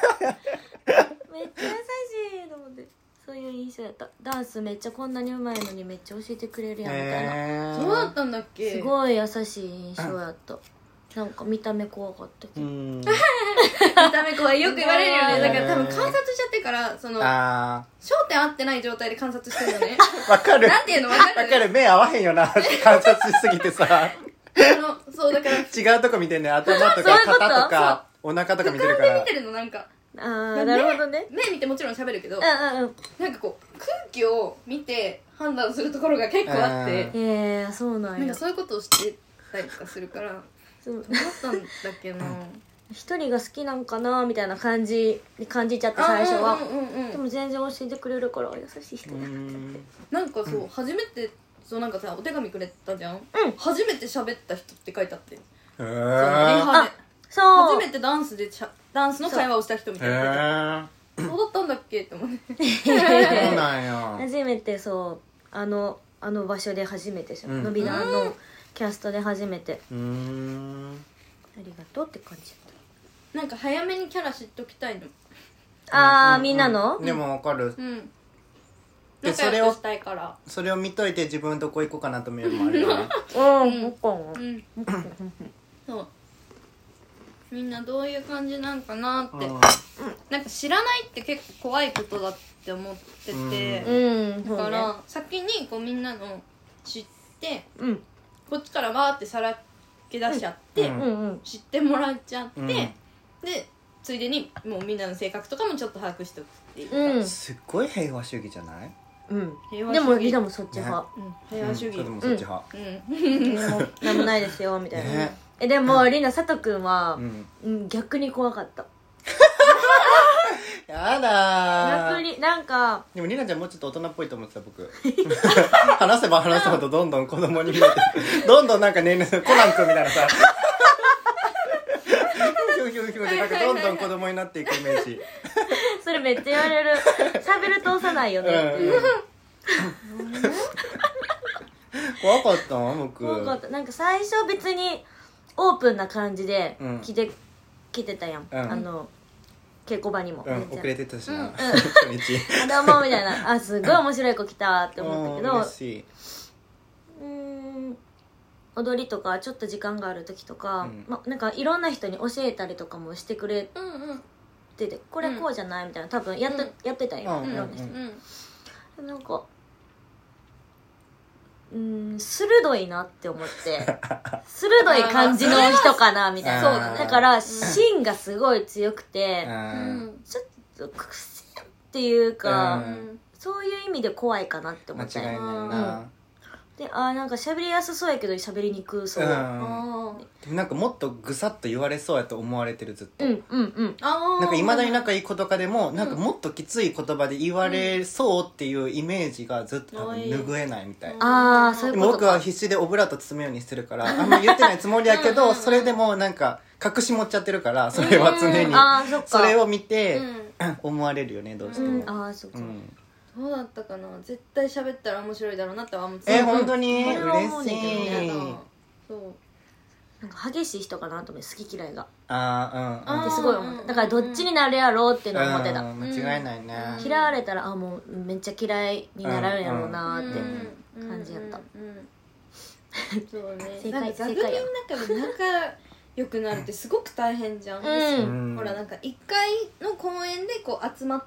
いと思って、そういう印象やった。ダンスめっちゃこんなにうまいのにめっちゃ教えてくれるやんみたいな。 そうだったんだっけ。 すごい優しい印象やった。なんか見た目怖かったけど。 見た目怖いよく言われるよね。だから多分観察しちゃってから、その焦点合ってない状態で観察してるよね。 わかる。 なんていうのわかる。 わかる。目合わへんよな。観察しすぎてさ。 そうだから違うとこ見てんね。頭とか肩とかお腹とか見てるから。 俯瞰で見てるのなんか。 なるほどね。 目見てもちろん喋るけど、なんかこう空気を見て判断するところが結構あって、 そうなんや。 なんかそういうことをしてたりとかするから、どうだったんだっけな。 一人が好きなんかなみたいな感じに感じちゃって最初は。でも全然教えてくれるから優しい人だ。 なんかそう初めてそうなんかさお手紙くれたじゃん。初めて喋った人って書いてあって。リハで。初めてダンスの会話をした人みたいな。そうだったんだっけって思って。 そうなんや。 初めてあの場所で初めてのびだのキャストで初めて。ありがとうって感じだった。 なんか早めにキャラ知っときたいの。みんなの。 でもわかる。 で仲良くしたいから。 それを見といて自分どこ行こうかなと見るのもあるよね。 そう。みんなどういう感じなんかなって、なんか知らないって結構怖いことだって思ってて、だから先にこうみんなの知って、こっちからバーってさらけ出しちゃって、知ってもらっちゃって、でついでにもうみんなの性格とかもちょっと把握しておくっていうか、 すっごい平和主義じゃない？ でもリナもそっち派。 平和主義。 でもそっち派。 なんもないですよみたいな。でもリナ佐藤くんは逆に怖かった。 やだ。 逆になんか。 でもリナちゃんもうちょっと大人っぽいと思ってた僕。話せば話すほどどんどん子供に見えて、どんどんなんかねコナン君みたいなさ。ヒューヒューヒューでなんかどんどん子供になっていくイメージ。 それめっちゃ言われる。喋る通さないよねっていう。 怖かった僕。 怖かった。なんか最初別にオープンな感じで来てたやん。稽古場にも。 遅れてたしな。 初日。どうもみたいな。すごい面白い子来たって思ったけど。 嬉しい。 踊りとかちょっと時間がある時とか、なんかいろんな人に教えたりとかもしてくれっててこれこうじゃないみたいな多分やってたよ、いろんな人、なんか鋭いなって思って鋭い感じの人かなみたいな、だから芯がすごい強くて、ちょっと癖っていうか、そういう意味で怖いかなって思って、 間違いないな、 でなんか喋りやすそうやけど喋りにくそう、でもなんかもっとぐさっと言われそうやと思われてるずっと、 なんかいまだに仲いい子とかでもなんかもっときつい言葉で言われそうっていうイメージがずっと多分拭えないみたいな、 そういうことか。 でも僕は必死でオブラート包むようにしてるからあんま言ってないつもりやけどそれでもなんか隠し持っちゃってるからそれは常にそれを見て思われるよねどうしても、 そっか、 どうだったかな。絶対喋ったら面白いだろうなって思って。 本当にこれは思嬉うねんけどしい。 そうなんか激しい人かなと思って好き嫌いがってすごい思った。だからどっちになるやろうっていうのを思ってた、 間違いないね、 嫌われたらもうめっちゃ嫌いになるんやろうなって感じやった、 そうね。 正解なんか座組の中で仲良くなるってすごく大変じゃん、ほらなんか1回の公演でこう集まって、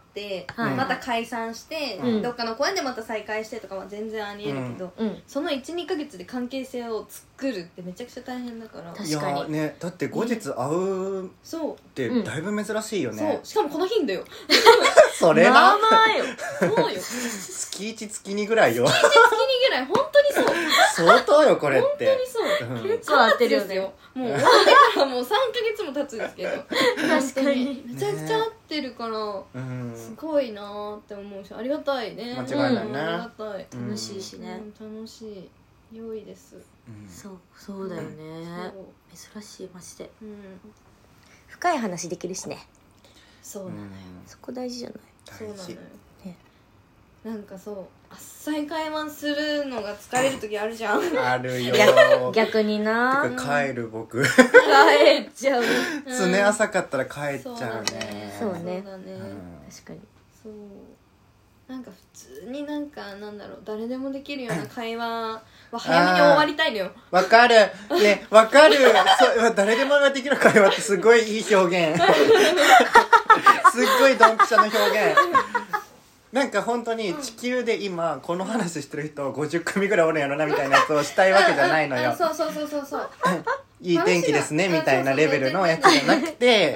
また解散して、どっかの公演でまた再会してとかは全然ありえるけど、その 1,2 ヶ月で関係性を作るってめちゃくちゃ大変だから。 確かにいやね、だって後日会うってだいぶ珍しいよね、 そうしかもこの頻度よそれなまあまあよそうよ月1月2ぐらいよ月2ぐらい本当にそう相当よこれっ本て当にそう、 結構合ってるよね。 もう終わってからもう3ヶ月も経つんですけど確かにめちゃくちゃ合ってるから、すごいなーって思うしありがたいね。 間違いないね、 ありがたい、 楽しいしね、 楽しい良いです、 そうだよね、珍しいマジで、 うん、 深い話できるしね。 そうなのよ、 そこ大事じゃない。 そうなのよ、 ね、 なんかそうあっさり会話するのが疲れる時あるじゃんあるよ逆にな。 てか帰る僕帰っちゃう、 常朝かったら帰っちゃうね、 そうね、確かにそうなんか普通になんかなんだろう誰でもできるような会話は早めに終わりたいのよ。 わかるね、わかるそう誰でもできる会話ってすごいいい表現すっごいドンピシャの表現なんか本当に地球で今この話してる人50組ぐらいおるんやろなみたいなやつをしたいわけじゃないのよそういい天気ですねみたいなレベルのやつじゃなくて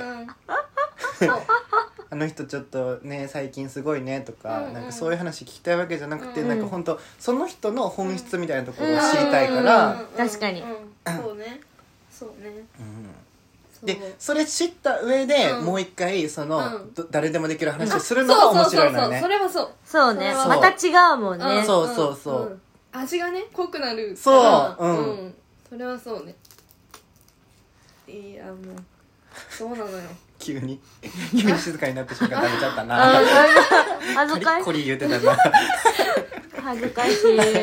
あの人ちょっとね最近すごいねとか、なんかそういう話聞きたいわけじゃなくて、なんか本当その人の本質みたいなところを知りたいから、 確かに、 そうねそうね、 でそれ知った上で、もう一回その、誰でもできる話をするのが面白いのよね。 それはそうね、また違うもんね、 そう味がね濃くなるそうそれはそうね。いやもうそうなのよ急に静かになって瞬間食べちゃったな恥ずかしいカリッコリ言うてたな恥ずかしいそうね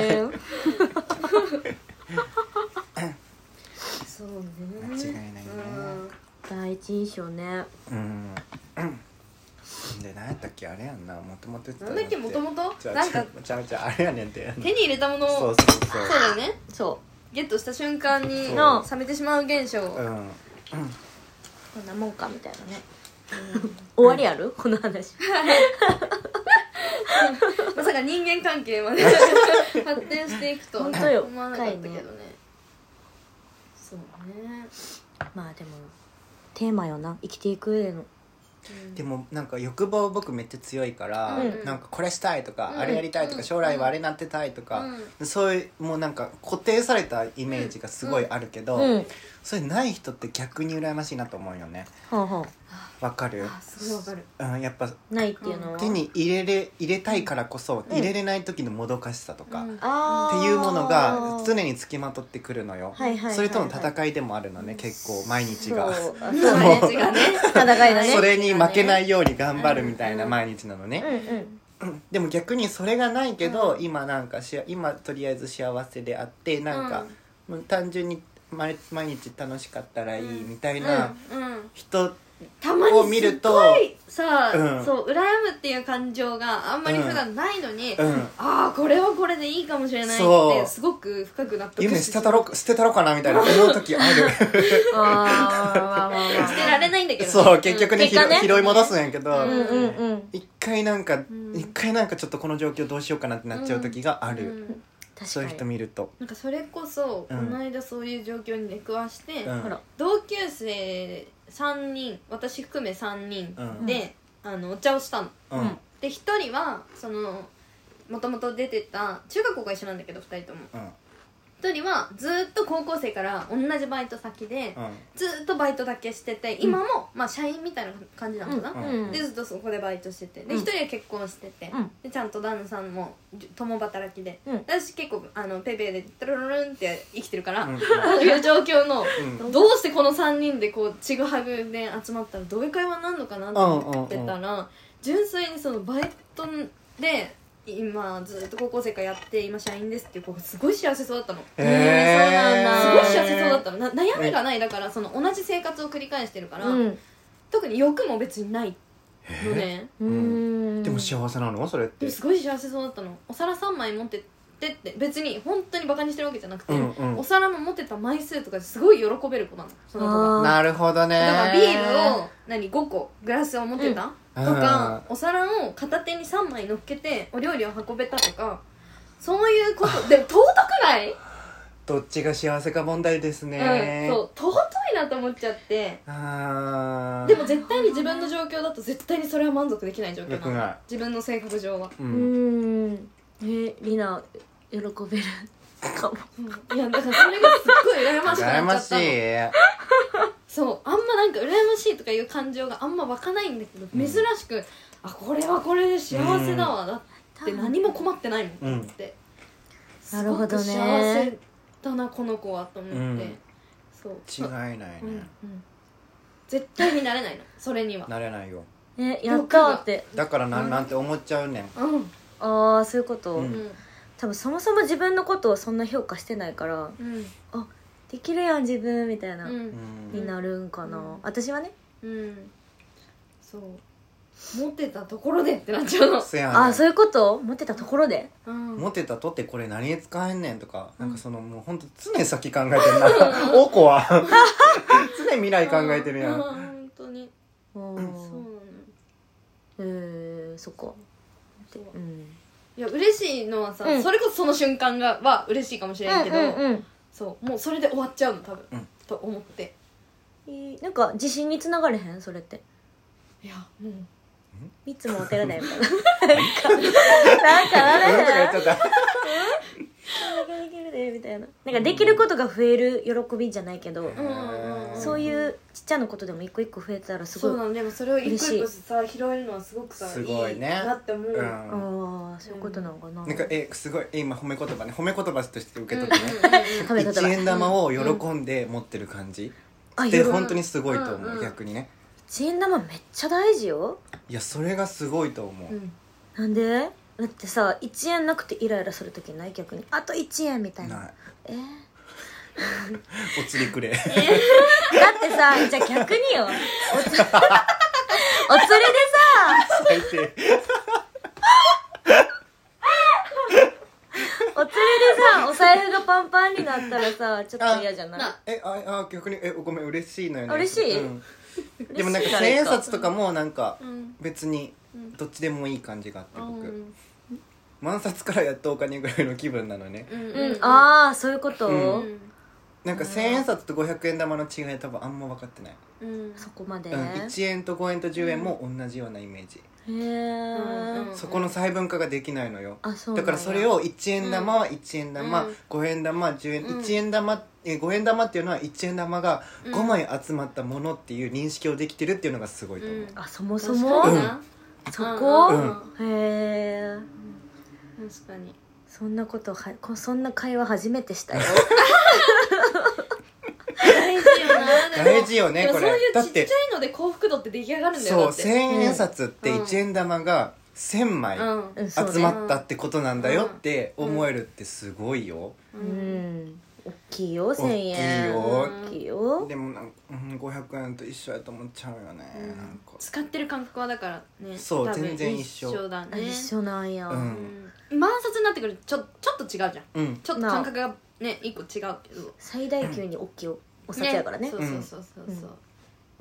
間違いないね、 第一印象ね。 で何やったっけあれやんな、もともとなんだっけもともとなんかあれやねんって手に入れたものをそうだよね、 そうゲットした瞬間にの冷めてしまう現象、 こんなもんかみたいなね、終わりあるこの話まさか人間関係まで発展していくとは本当よ思わなかったけどね、そうね。 まあでもテーマよな、生きていく上での。 でもなんか欲望僕めっちゃ強いから、なんかこれしたいとか、あれやりたいとか、将来はあれなってたいとか、そういうもうなんか固定されたイメージがすごいあるけど、それない人って逆に羨ましいなと思うよね。わかる？ それわかる。 やっぱないっていうのは手に入れたいからこそ、入れれない時のもどかしさとか、っていうものが常につきまとってくるのよ。それとの戦いでもあるのね、結構毎日が。 毎日がね、 戦いだね。 それに負けないように頑張るみたいな毎日なのね。でも逆にそれがないけど、今なんか今とりあえず幸せであって、なんかもう単純に毎日楽しかったらいいみたいな人を見ると、 さ、 うんそう羨むっていう感情があんまり普段ないのに、 うんああこれはこれでいいかもしれないってすごく深く納得夢して捨てたろかなみたいな思う時ある捨てられないんだけど、 そう結局ね、 結果ね拾い戻すんやけど、 うんうんうん一回なんかちょっとこの状況どうしようかなってなっちゃう時がある、 確かにそういう人見ると。 なんかそれこそ、 うんこの間そういう状況に出くわして、 うんほら同級生3人私含め3人うんで、お茶をしたの、 うんで1人はそのもともと出てた中学校が一緒なんだけど2人ともうん 1人はずっと高校生から同じバイト先で、 うんずっとバイトだけしてて今も、まあ社員みたいな感じなのかな、 うんでずっとそこでバイトしててでうん 1人は結婚してて、 うんでちゃんと旦那さんも共働きで、 うん私結構ペペでトゥルルルンって生きてるから、 うんそういう状況の、 うんどうしてこの3人でこうちぐはぐで集まったらどういう会話になるのかなと思ってたら、純粋にそのバイトで今ずっと高校生からやって今社員ですっていう子がすごい幸せそうだったの。 そうなんだすごい幸せそうだったの。悩みがないだからその同じ生活を繰り返してるから、 うん特に欲も別にないのね。 うんでも幸せなのそれってでもすごい幸せそうだったの。お皿3枚持ってってって別に本当にバカにしてるわけじゃなくて、 うんうんお皿の持ってた枚数とかですごい喜べる子なのその子が。 あなるほどね。 だからビールを5個グラスを持ってた、とかお皿を片手に3枚乗っけてお料理を運べたとかそういうことでも尊くない？ どっちが幸せか問題ですね。 そう尊いなと思っちゃって。 あーでも絶対に自分の状況だと絶対にそれは満足できない状況よくないなの自分の性格上は、 ううんんりな喜べるかもいやだからそれがすっごい羨ましく羨ましなっちゃったのい。 そうあんまなんか羨ましいとかいう感情があんま湧かないんだけど、珍しくあこれはこれで幸せだわ、だって何も困ってないもんと思って、 なるほどねすごく幸せだなこの子はと思って、 うんそう違いないね、 うんうん絶対になれないのそれにはなれないよ。 やったーってだからなんて思っちゃうねん。 うんああそういうこと、 うん多分そもそも自分のことをそんな評価してないからうんあできるやん自分みたいな、 うんになるんかな、私はねうんそう持ってたところでってなっちゃうの、 せやねん。 あそういうこと持ってたところでうん持ってたとってこれ何に使えんねんとか、なんかそのもうほんと常に先考えてるなおこは常に未来考えてるやん。 本当にうんそうなのそっかそううんいや嬉しいのはさ、 うんそれこそその瞬間は嬉しいかもしれんけど、 うんそうもうそれで終わっちゃうの多分、 うんと思ってなんか自信につながれへんそれっていやもういつもお寺だよみたいななんかなれへんうんとか言っちゃった。 できるでみたいななんかできることが増える喜びじゃないけど、そういうちっちゃなことでも一個一個増えたらすごいそうなのでもそれを一個一個嬉さ拾えるのはすごくさすごいねいいなって思う、 うんああそういうことなのかな、 なんかすごい今褒め言葉ね、褒め言葉として受け取ってね、 食べ方 1円玉を喜んで持ってる感じ、 あで本当にすごいと思う、 うん逆にね。 1円玉めっちゃ大事よ。 いやそれがすごいと思う、 うんなんでだってさ1円なくてイライラするときない逆にあと1円みたいなないおお釣りくれだってさじゃあ逆によお釣りでさ最低お釣りでさお財布がパンパンになったらさちょっと嫌じゃない逆にごめん嬉しいのよね。 嬉しいうんでもなんか嬉しい千円札とかもなんかうん別にうんどっちでもいい感じがあって僕、 うん万札からやっとお金ぐらいの気分なのね。 うんああそういうこと、 うんなんか千円札と500円玉の違い多分あんま分かってない、 うんそこまで、 1円と5円と10円も同じようなイメージ、 へえ、 うんそこの細分化ができないのよ。 あそうなんやだからそれを1円玉は1円玉、 うん 5円玉10円、 うん 1円玉5円玉っていうのは1円玉がうん 5枚集まったものっていう認識をできてるっていうのがすごいと思う、 うんあそもそ確も、 かになそこ、 うんへえ確かにそんなことそんな会話初めてしたよ大事よなでも大事よねこれでもそういうだっちってちゃいので幸福度って出来上がるんだよそうだって千円札って1円玉が1000枚うんそうね集まったってことなんだよって思えるってすごいよ、 うん大きいよ1000円大きいよ。 でもなんか、500円と一緒やと思っちゃうよね、なんか使ってる感覚はだからね、 そう多分全然一緒だね。 一緒なんや、 万札になってくるとちょっと違うじゃん、ちょっと感覚がね一個違うけど、 最大級に大きいお札やからね。 そうそうそうそう、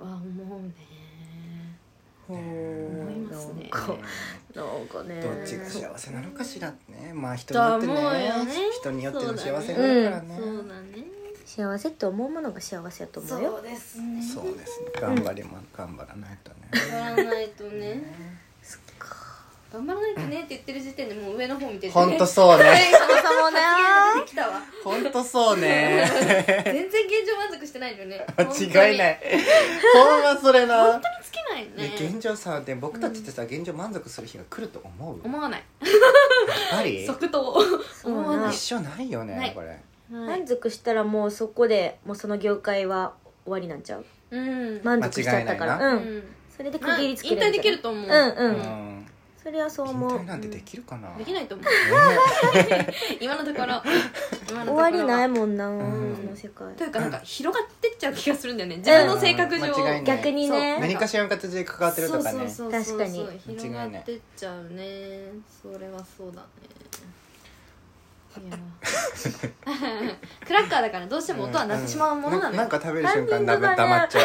わあ思うね、思いますね。 なんかね、 どっちが幸せなのかしらってね、まあ人によってね、人によっての幸せがあるからね。 そうだね。 幸せって思うものが幸せやと思うよ。 そうですね。 そうですね。頑張らないとね。 頑張らないとね。 そっか。 頑張らないとねって言ってる時点でもう上の方見てる。 ほんとそうね。 そもそもね。 できたわ。 ほんとそうね。 全然現状満足してないよね。 間違いない。ほんまそれな。 本当につけないね。 現状さ、で僕たちってさ、現状満足する日が来ると思う？ 思わない。 やっぱり即答。思わない。 一緒ないよね、これ。 満足したらもうそこでもうその業界は終わりなんちゃう。満足しちゃったから。それで区切りつける。 引退できると思う。 それはそう思う。 引退なんてできるかな。 できないと思う。今のところ終わりないもんな、この世界。 というかなんか広がってっちゃう気がするんだよね。自分の性格上逆にね。 何かしらの形で関わってるとかね。 確かに広がってっちゃうね。それはそうだね。いやクラッカーだからどうしても音は鳴ってしまうものなのよ。 なんか食べる瞬間黙っちゃう。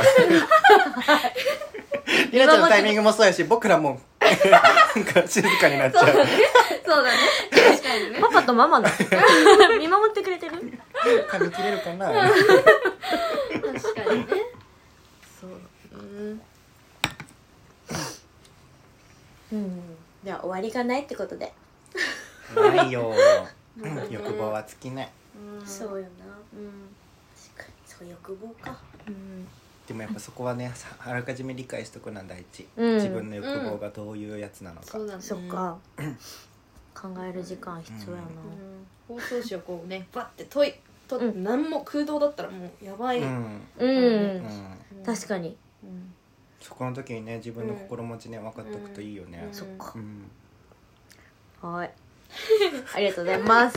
りなちゃんのタイミングもそうやし、僕らもなんか静かになっちゃう。 そうだね。確かにね。 パパとママだ。見守ってくれてる。 噛み切れるかな。 確かにね。そう。 じゃあ終わりがないってことで。 ないよ。欲望は尽きない。 そうよな。確かにそう欲望か。 でもやっぱそこはね、あらかじめ理解しとくのは大事。自分の欲望がどういうやつなのか。 そうだね。 そっか。考える時間必要やな。 包装紙をこうねバッて取って何も空洞だったらもうやばい。 確かに。 そこの時にね、自分の心持ちね分かっておくといいよね。 そっか。はい。ありがとうございます。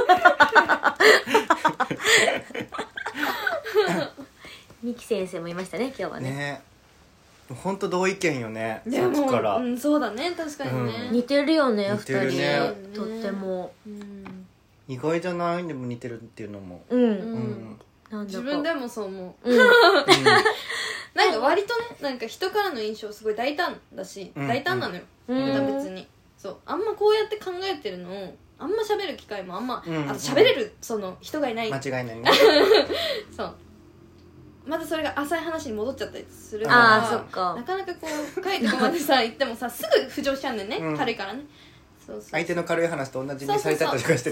ミキ先生もいましたね、今日はね。 ね、本当同意見よね。 でもさっきからそうだね、確かにね。 似てるよね、 似てるね。 二人とっても。 意外じゃないでも似てるっていうのも。 自分でもそう思う。なんか割とね、なんか人からの印象すごい大胆だし、大胆なのよ。別に。そう、あんまこうやって考えてるのをあんま喋る機会もあんま、あと喋れるその人がいない。 間違いないね。 そう。またそれが浅い話に戻っちゃったりするから、 そっか。 なかなかこう深いとこまでさ行ってもさすぐ浮上しちゃうんだよね、軽いからね。 相手の軽い話と同じにされたりとかしてね。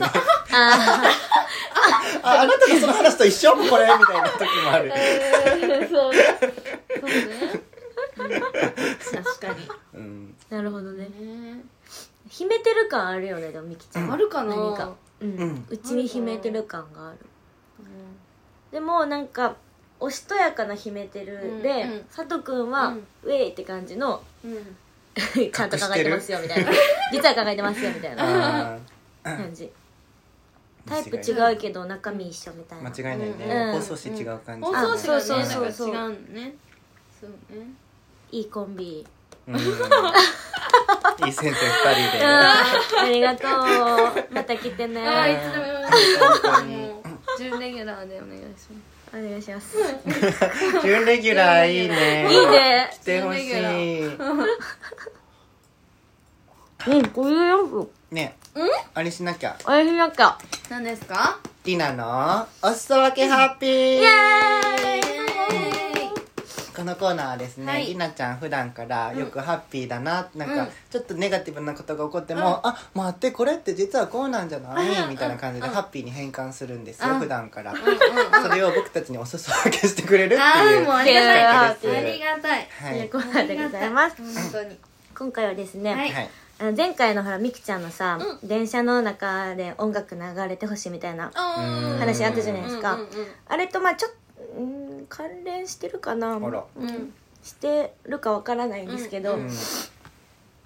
あなたのその話と一緒これみたいな時もある。 そうね。確かに。 なるほどね。秘めてる感あるよね、でもみきちゃん。 あるかな。 何か。うちに秘めてる感がある。でもなんかおしとやかな秘めてるで、佐藤くんはウェイって感じのちゃんと考えてますよみたいな、実は考えてますよみたいな感じ。タイプ違うけど中身一緒みたいな。 間違いないね。放送紙違う感じ。 放送紙がね、 そうなんか違うね。そうね。 いいコンビ。 いい先生2人で。 ありがとう。また来てね。 いつでも準レギュラーでお願いします。 お願いします。 準レギュラーいいね。 いいね。 来てほしい。 こういうやつ。 ね。あれしなきゃ。 あれしなきゃ。 何ですか？ ティナのおすそ分けハッピー。 イエーイ。 このコーナーはですね、りなちゃん普段からよくハッピーだな、なんかちょっとネガティブなことが起こっても、あ、待ってこれって実はこうなんじゃないみたいな感じでハッピーに変換するんですよ、普段から。それを僕たちにお裾分けしてくれるっていう。 もうありがたい。ありがたい。 というコーナーでございます。 本当に。 今回はですね、前回のほらみきちゃんのさ、電車の中で音楽流れてほしいみたいな話あったじゃないですか。あれとまあちょっと関連してるかな、してるかわからないんですけど、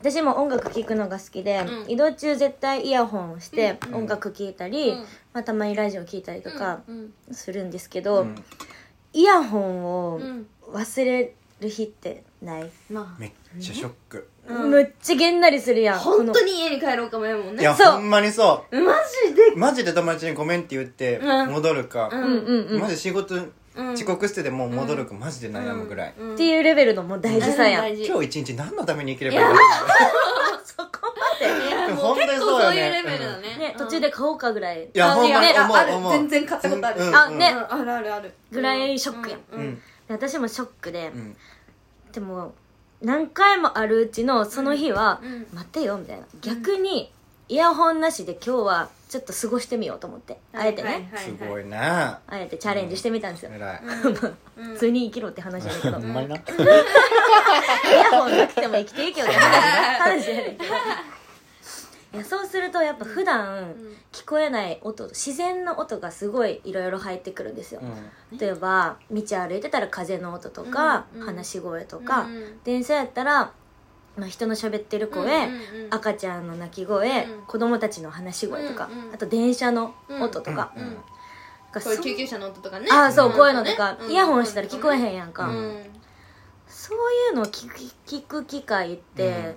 私も音楽聴くのが好きで、移動中絶対イヤホンして音楽聴いたり、まあ、たまにラジオ聴いたりとかするんですけど、イヤホンを忘れる日ってない？ めっちゃショック。 むっちゃげんなりするやん。 本当に家に帰ろうかもやもんね。 いやほんまにそう。 マジで友達にごめんって言って戻るか、マジ仕事遅刻してでもう戻るか、マジで悩むぐらい、 っていうレベルのもう大事さやん。 今日一日何のために生きればいいの？ そこまで。 本当にそうよね。 そういうレベルだね。 ね、途中で買おうかぐらい。 いやほんまに思う。 全然買ったことある。 あね、 あるあるある。 ぐらいショックやん。私もショックで、でも何回もあるうちのその日は待てよみたいな。逆にイヤホンなしで今日はちょっと過ごしてみようと思って、あえてね、 すごいな。 あえてチャレンジしてみたんですよ。 偉い。 普通に生きろって話やけど、 ほんまにな。 イヤホンなくても生きていけよって話やねんけど、いやそうするとやっぱ普段聞こえない音、自然の音がすごいいろいろ入ってくるんですよ。例えば道歩いてたら風の音とか、話し声とか、電車やったらまあ、人の喋ってる声、赤ちゃんの泣き声、子供たちの話し声とか、あと電車の音とか、 こういう救急車の音とかね。 ああそうこういうのとか、イヤホンしたら聞こえへんやんか、そういうのを聞く機会って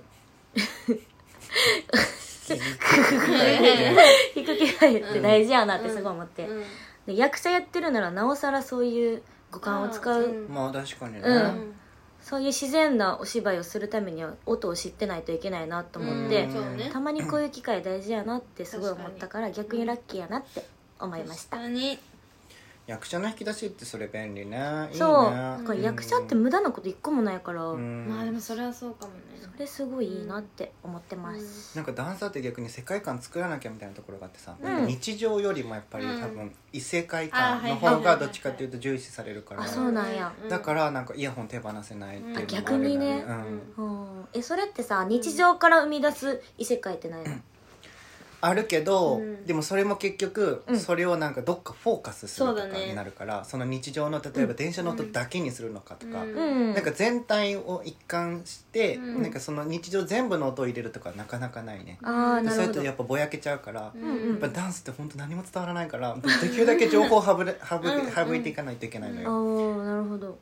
聞く機会って大事やなってすごい思って、で役者やってるならなおさらそういう五感を使う、 まあ確かにね、 そういう自然なお芝居をするためには音を知ってないといけないなと思って、たまにこういう機会大事やなってすごい思ったから、逆にラッキーやなって思いました。 役者の引き出しってそれ便利ね。いいね。 そうだから役者って無駄なこと一個もないから、 まあでもそれはそうかもね。 それすごいいいなって思ってます、 なんかダンサーって逆に世界観作らなきゃみたいなところがあってさ、日常よりもやっぱり多分異世界観の方がどっちかっていうと重視されるから、 あそうなんや。 だからなんかイヤホン手放せないっていうのもある逆にね、それってさ日常から生み出す異世界ってないの？ あるけど、でもそれも結局それをなんかどっかフォーカスするとかになるから、その日常の例えば電車の音だけにするのかとか、なんか全体を一貫して、なんかその日常全部の音を入れるとかなかなかないね。それとやっぱぼやけちゃうから、やっぱダンスって本当何も伝わらないから、できるだけ情報を省いていかないといけないのよ。 ああなるほど。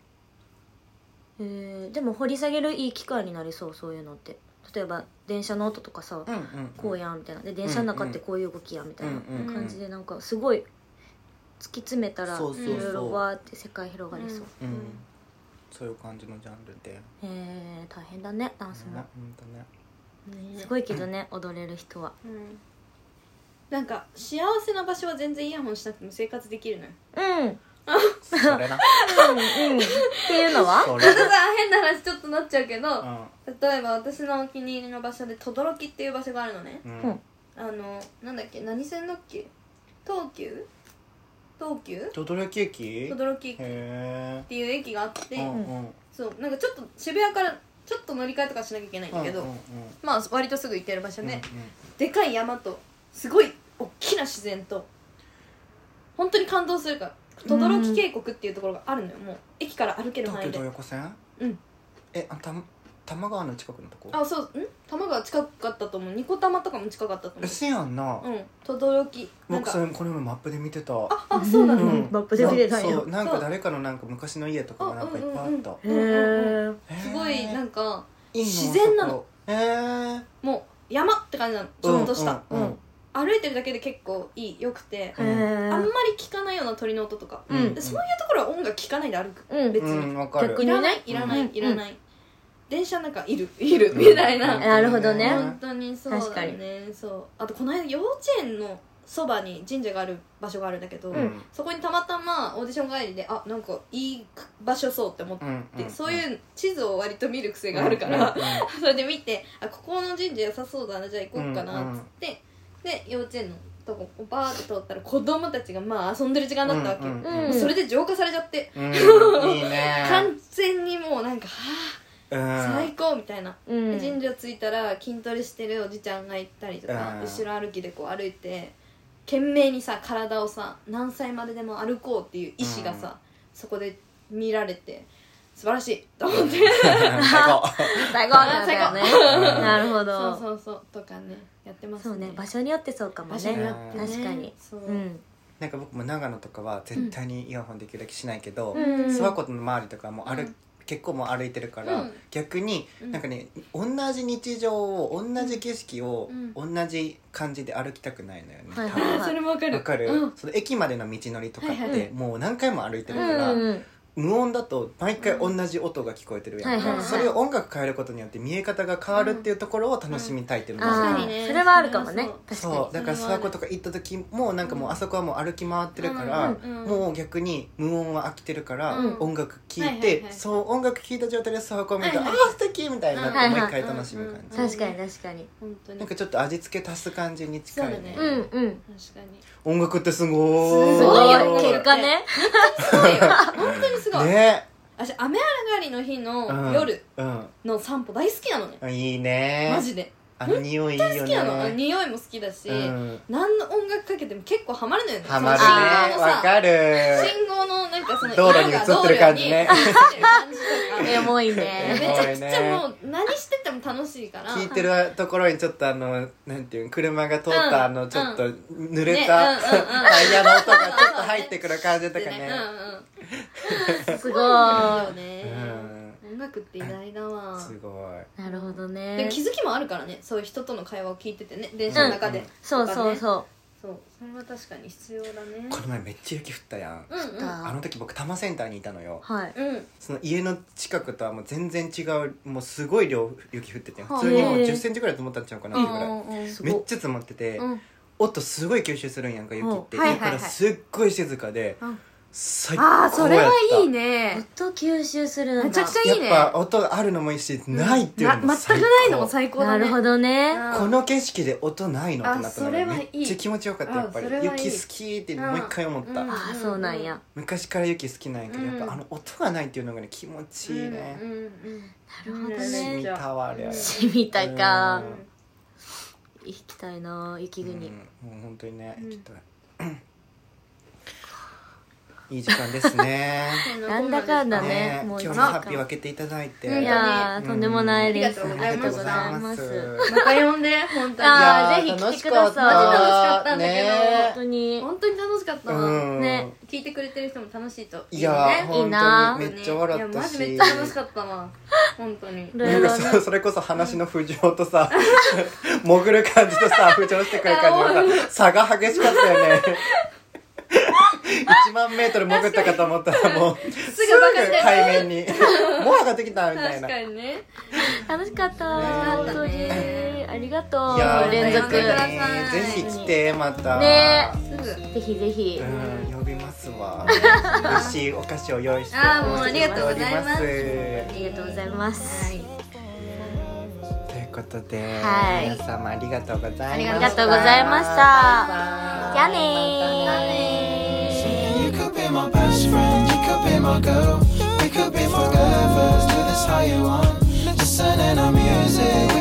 でも掘り下げるいい機会になりそう、そういうのって。例えば電車の音とかさ、こうやんみたいなで、電車の中ってこういう動きやみたいな感じで、なんかすごい突き詰めたらいろいろわーって世界広がりそう。 そういう感じのジャンルで。 大変だねダンスも。すごいけどね踊れる人は。 なんか幸せな場所は全然イヤホンしなくても生活できるのよ。 それな。 っていうのはなんかさ変な話ちょっとなっちゃうけど、例えば私のお気に入りの場所で等々力っていう場所があるのね。なんだっけ、何線だっけ、東急等々力駅っていう駅があって、そうなんかちょっと渋谷からちょっと乗り換えとかしなきゃいけないんだけど、まあ割とすぐ行ける場所で、でかい山とすごい大きな自然と本当に感動するから、等々力渓谷っていうところがあるのよ。もう駅から歩ける範囲で。 東京東横線？多摩川の近くのとこ？ あ、そう、多摩川近かったと思う。二子玉とかも近かったと思う。 せやんな。 等々力。 僕それこれもマップで見てた。 あ、そうなの。 マップで見てたんや。 そうなんか誰かのなんか昔の家とかがなんかいっぱいあった。 すごいなんか自然なの。もう山って感じなの。ちょっとした。歩いてるだけで結構よくて、あんまり聞かないような鳥の音とか、そういうところは音楽聞かないで歩く、別に逆にね、いらない、電車なんかいるみたいな。 なるほどね、 本当にそうだね。そう、あとこの間幼稚園のそばに神社がある場所があるんだけど、そこにたまたまオーディション帰りでなんかいい場所そうって思って、そういう地図を割と見る癖があるから、それで見てここの神社良さそうだな、じゃあ行こうかなっつって、で幼稚園のとこをバーって通ったら子供たちがまあ遊んでる時間だったわけよ。それで浄化されちゃって、 いいね。 完全にもうなんか最高みたいな。神社着いたら筋トレしてるおじちゃんがいたりとか、後ろ歩きでこう歩いて懸命にさ体をさ何歳まででも歩こうっていう意志がさ、そこで見られて、 素晴らしいと思って最高なんだよねなるほどそうとかねやってますね。 そうね、場所によってそうかもね。 場所によってね確かにそう、 なんか僕も長野とかは絶対にイヤホンできるだけしないけど、 うん諏訪湖の周りとかも結構もう歩いてるから、 うん逆になんかね、同じ日常を同じ景色を同じ感じで歩きたくないのよね、 はい多分それもわかる。 わかる、 うんその駅までの道のりとかっはいはてもう何回も歩いてるから、 うん無音だと毎回同じ音が聞こえてるやんか、 はいはいはいそれを音楽変えることによって見え方が変わるっていうところを楽しみたいっていうのがある、 確かにねそれはあるかもね。確かそうだから諏訪湖とか行った時もなんかもうあそこはもう歩き回ってるから、もう逆に無音は飽きてるから、 うん音楽聴いて、 はいはいはいそう音楽聴いた状態で諏訪湖を見て、 はいはいああ素敵みたいになってはいはいもう一回楽しむ感じ、 うんに確かに確かに。 本当になんかちょっと味付け足す感じに近いね、 そうだねうんうん。 確かに音楽ってすごーいすごいよすごい結果ね。 すごいよ本当にすごい、 ね私雨上がりの日のうん夜うんの散歩大好きなのね、 いいねマジであの匂いいいよね好きなの、匂いも好きだし、 うん何の音楽かけても結構ハマるのよね。 ハマるそのね信号のさわかる信号のなんかその道路に映ってる感じね色が道路に映ってる感じとかエモいめね。 ちゃくちゃもう何してても楽しいから聞いてるところにちょっとなんていうの車が通ったちょっと濡れねたタイヤの音がちょっと入ってくる感じとかねすごそうよい。 ね、音楽って偉大だわ。 すごいなるほどでね。 気づきもあるからね、そういう人との会話を聞いててね、電車の中で、 そうそうそそうそれは確かに必要だね。 この前めっちゃ雪降ったやん、 うんうんだあの時僕多摩センターにいたのよ、 はい。 うんその家の近くとはもう全然違うもうすごい量雪降ってては普通にもうへー 1 0センチぐらい積もったんちゃうかなっていうぐらい、 すごいめっちゃ積もってて、 うん音すごい吸収するんやんか雪って、 はいはいはいだからすっごい静かで、 うん最高やった。 ああそれはいいね。 音吸収するんだ。 めちゃくちゃいいね。 やっぱ音があるのもいいし、ないっていうのも全最高。 くないのも最高だね。 なるほどね。 この景色で音ないのってなったのあそれがはいいめっちゃ気持ちよかった。やっぱりあそれはいい雪好きってもう一回思った、 うんああそうなんや。 昔から雪好きなんやけど、 うんやっぱあの音がないっていうのがね気持ちいいね、 うんうんなるほど染みね。 たわあれ、 染みたかうん。 行きたいな雪国。 もう本当にね行きたい、いい時間ですねなんだかんだねね。もう今日もハッピー分けていただいて、 いやーとんでもないです。 ありがとうございますありがとうございます。 また呼んで本当に。 あーぜひ楽来くださいしてかったマジ楽しかったんだけどね本当に。 本当に楽しかったわ。 うんね聞いてくれてる人も楽しいといやねー本いいな当にめっちゃ笑ったし、 いやマジめっちゃ楽しかったわ本当に。 なんかそれこそ話の浮上とさ潜る感じとさ浮上してくる感じのさ差が激しかったよね1万メートル潜ったかと思ったらもうすぐバカして海面にもう上がってきたみたい確なかにね。 楽しかった。 ね本当に。ありがとう。 いやー連続。 呼んでくださいぜひ来てまたねすぐ。 ぜひぜひ。 うん呼びますわ美味しいお菓子を用意してあーもうありがとうございますありがとうございます。 はい。 ということで、 はい皆様ありがとうございましたありがとうございました。じゃあねー。 You could be my best friend, you could be my girl. We could be forever, do this how you want. Listening to music.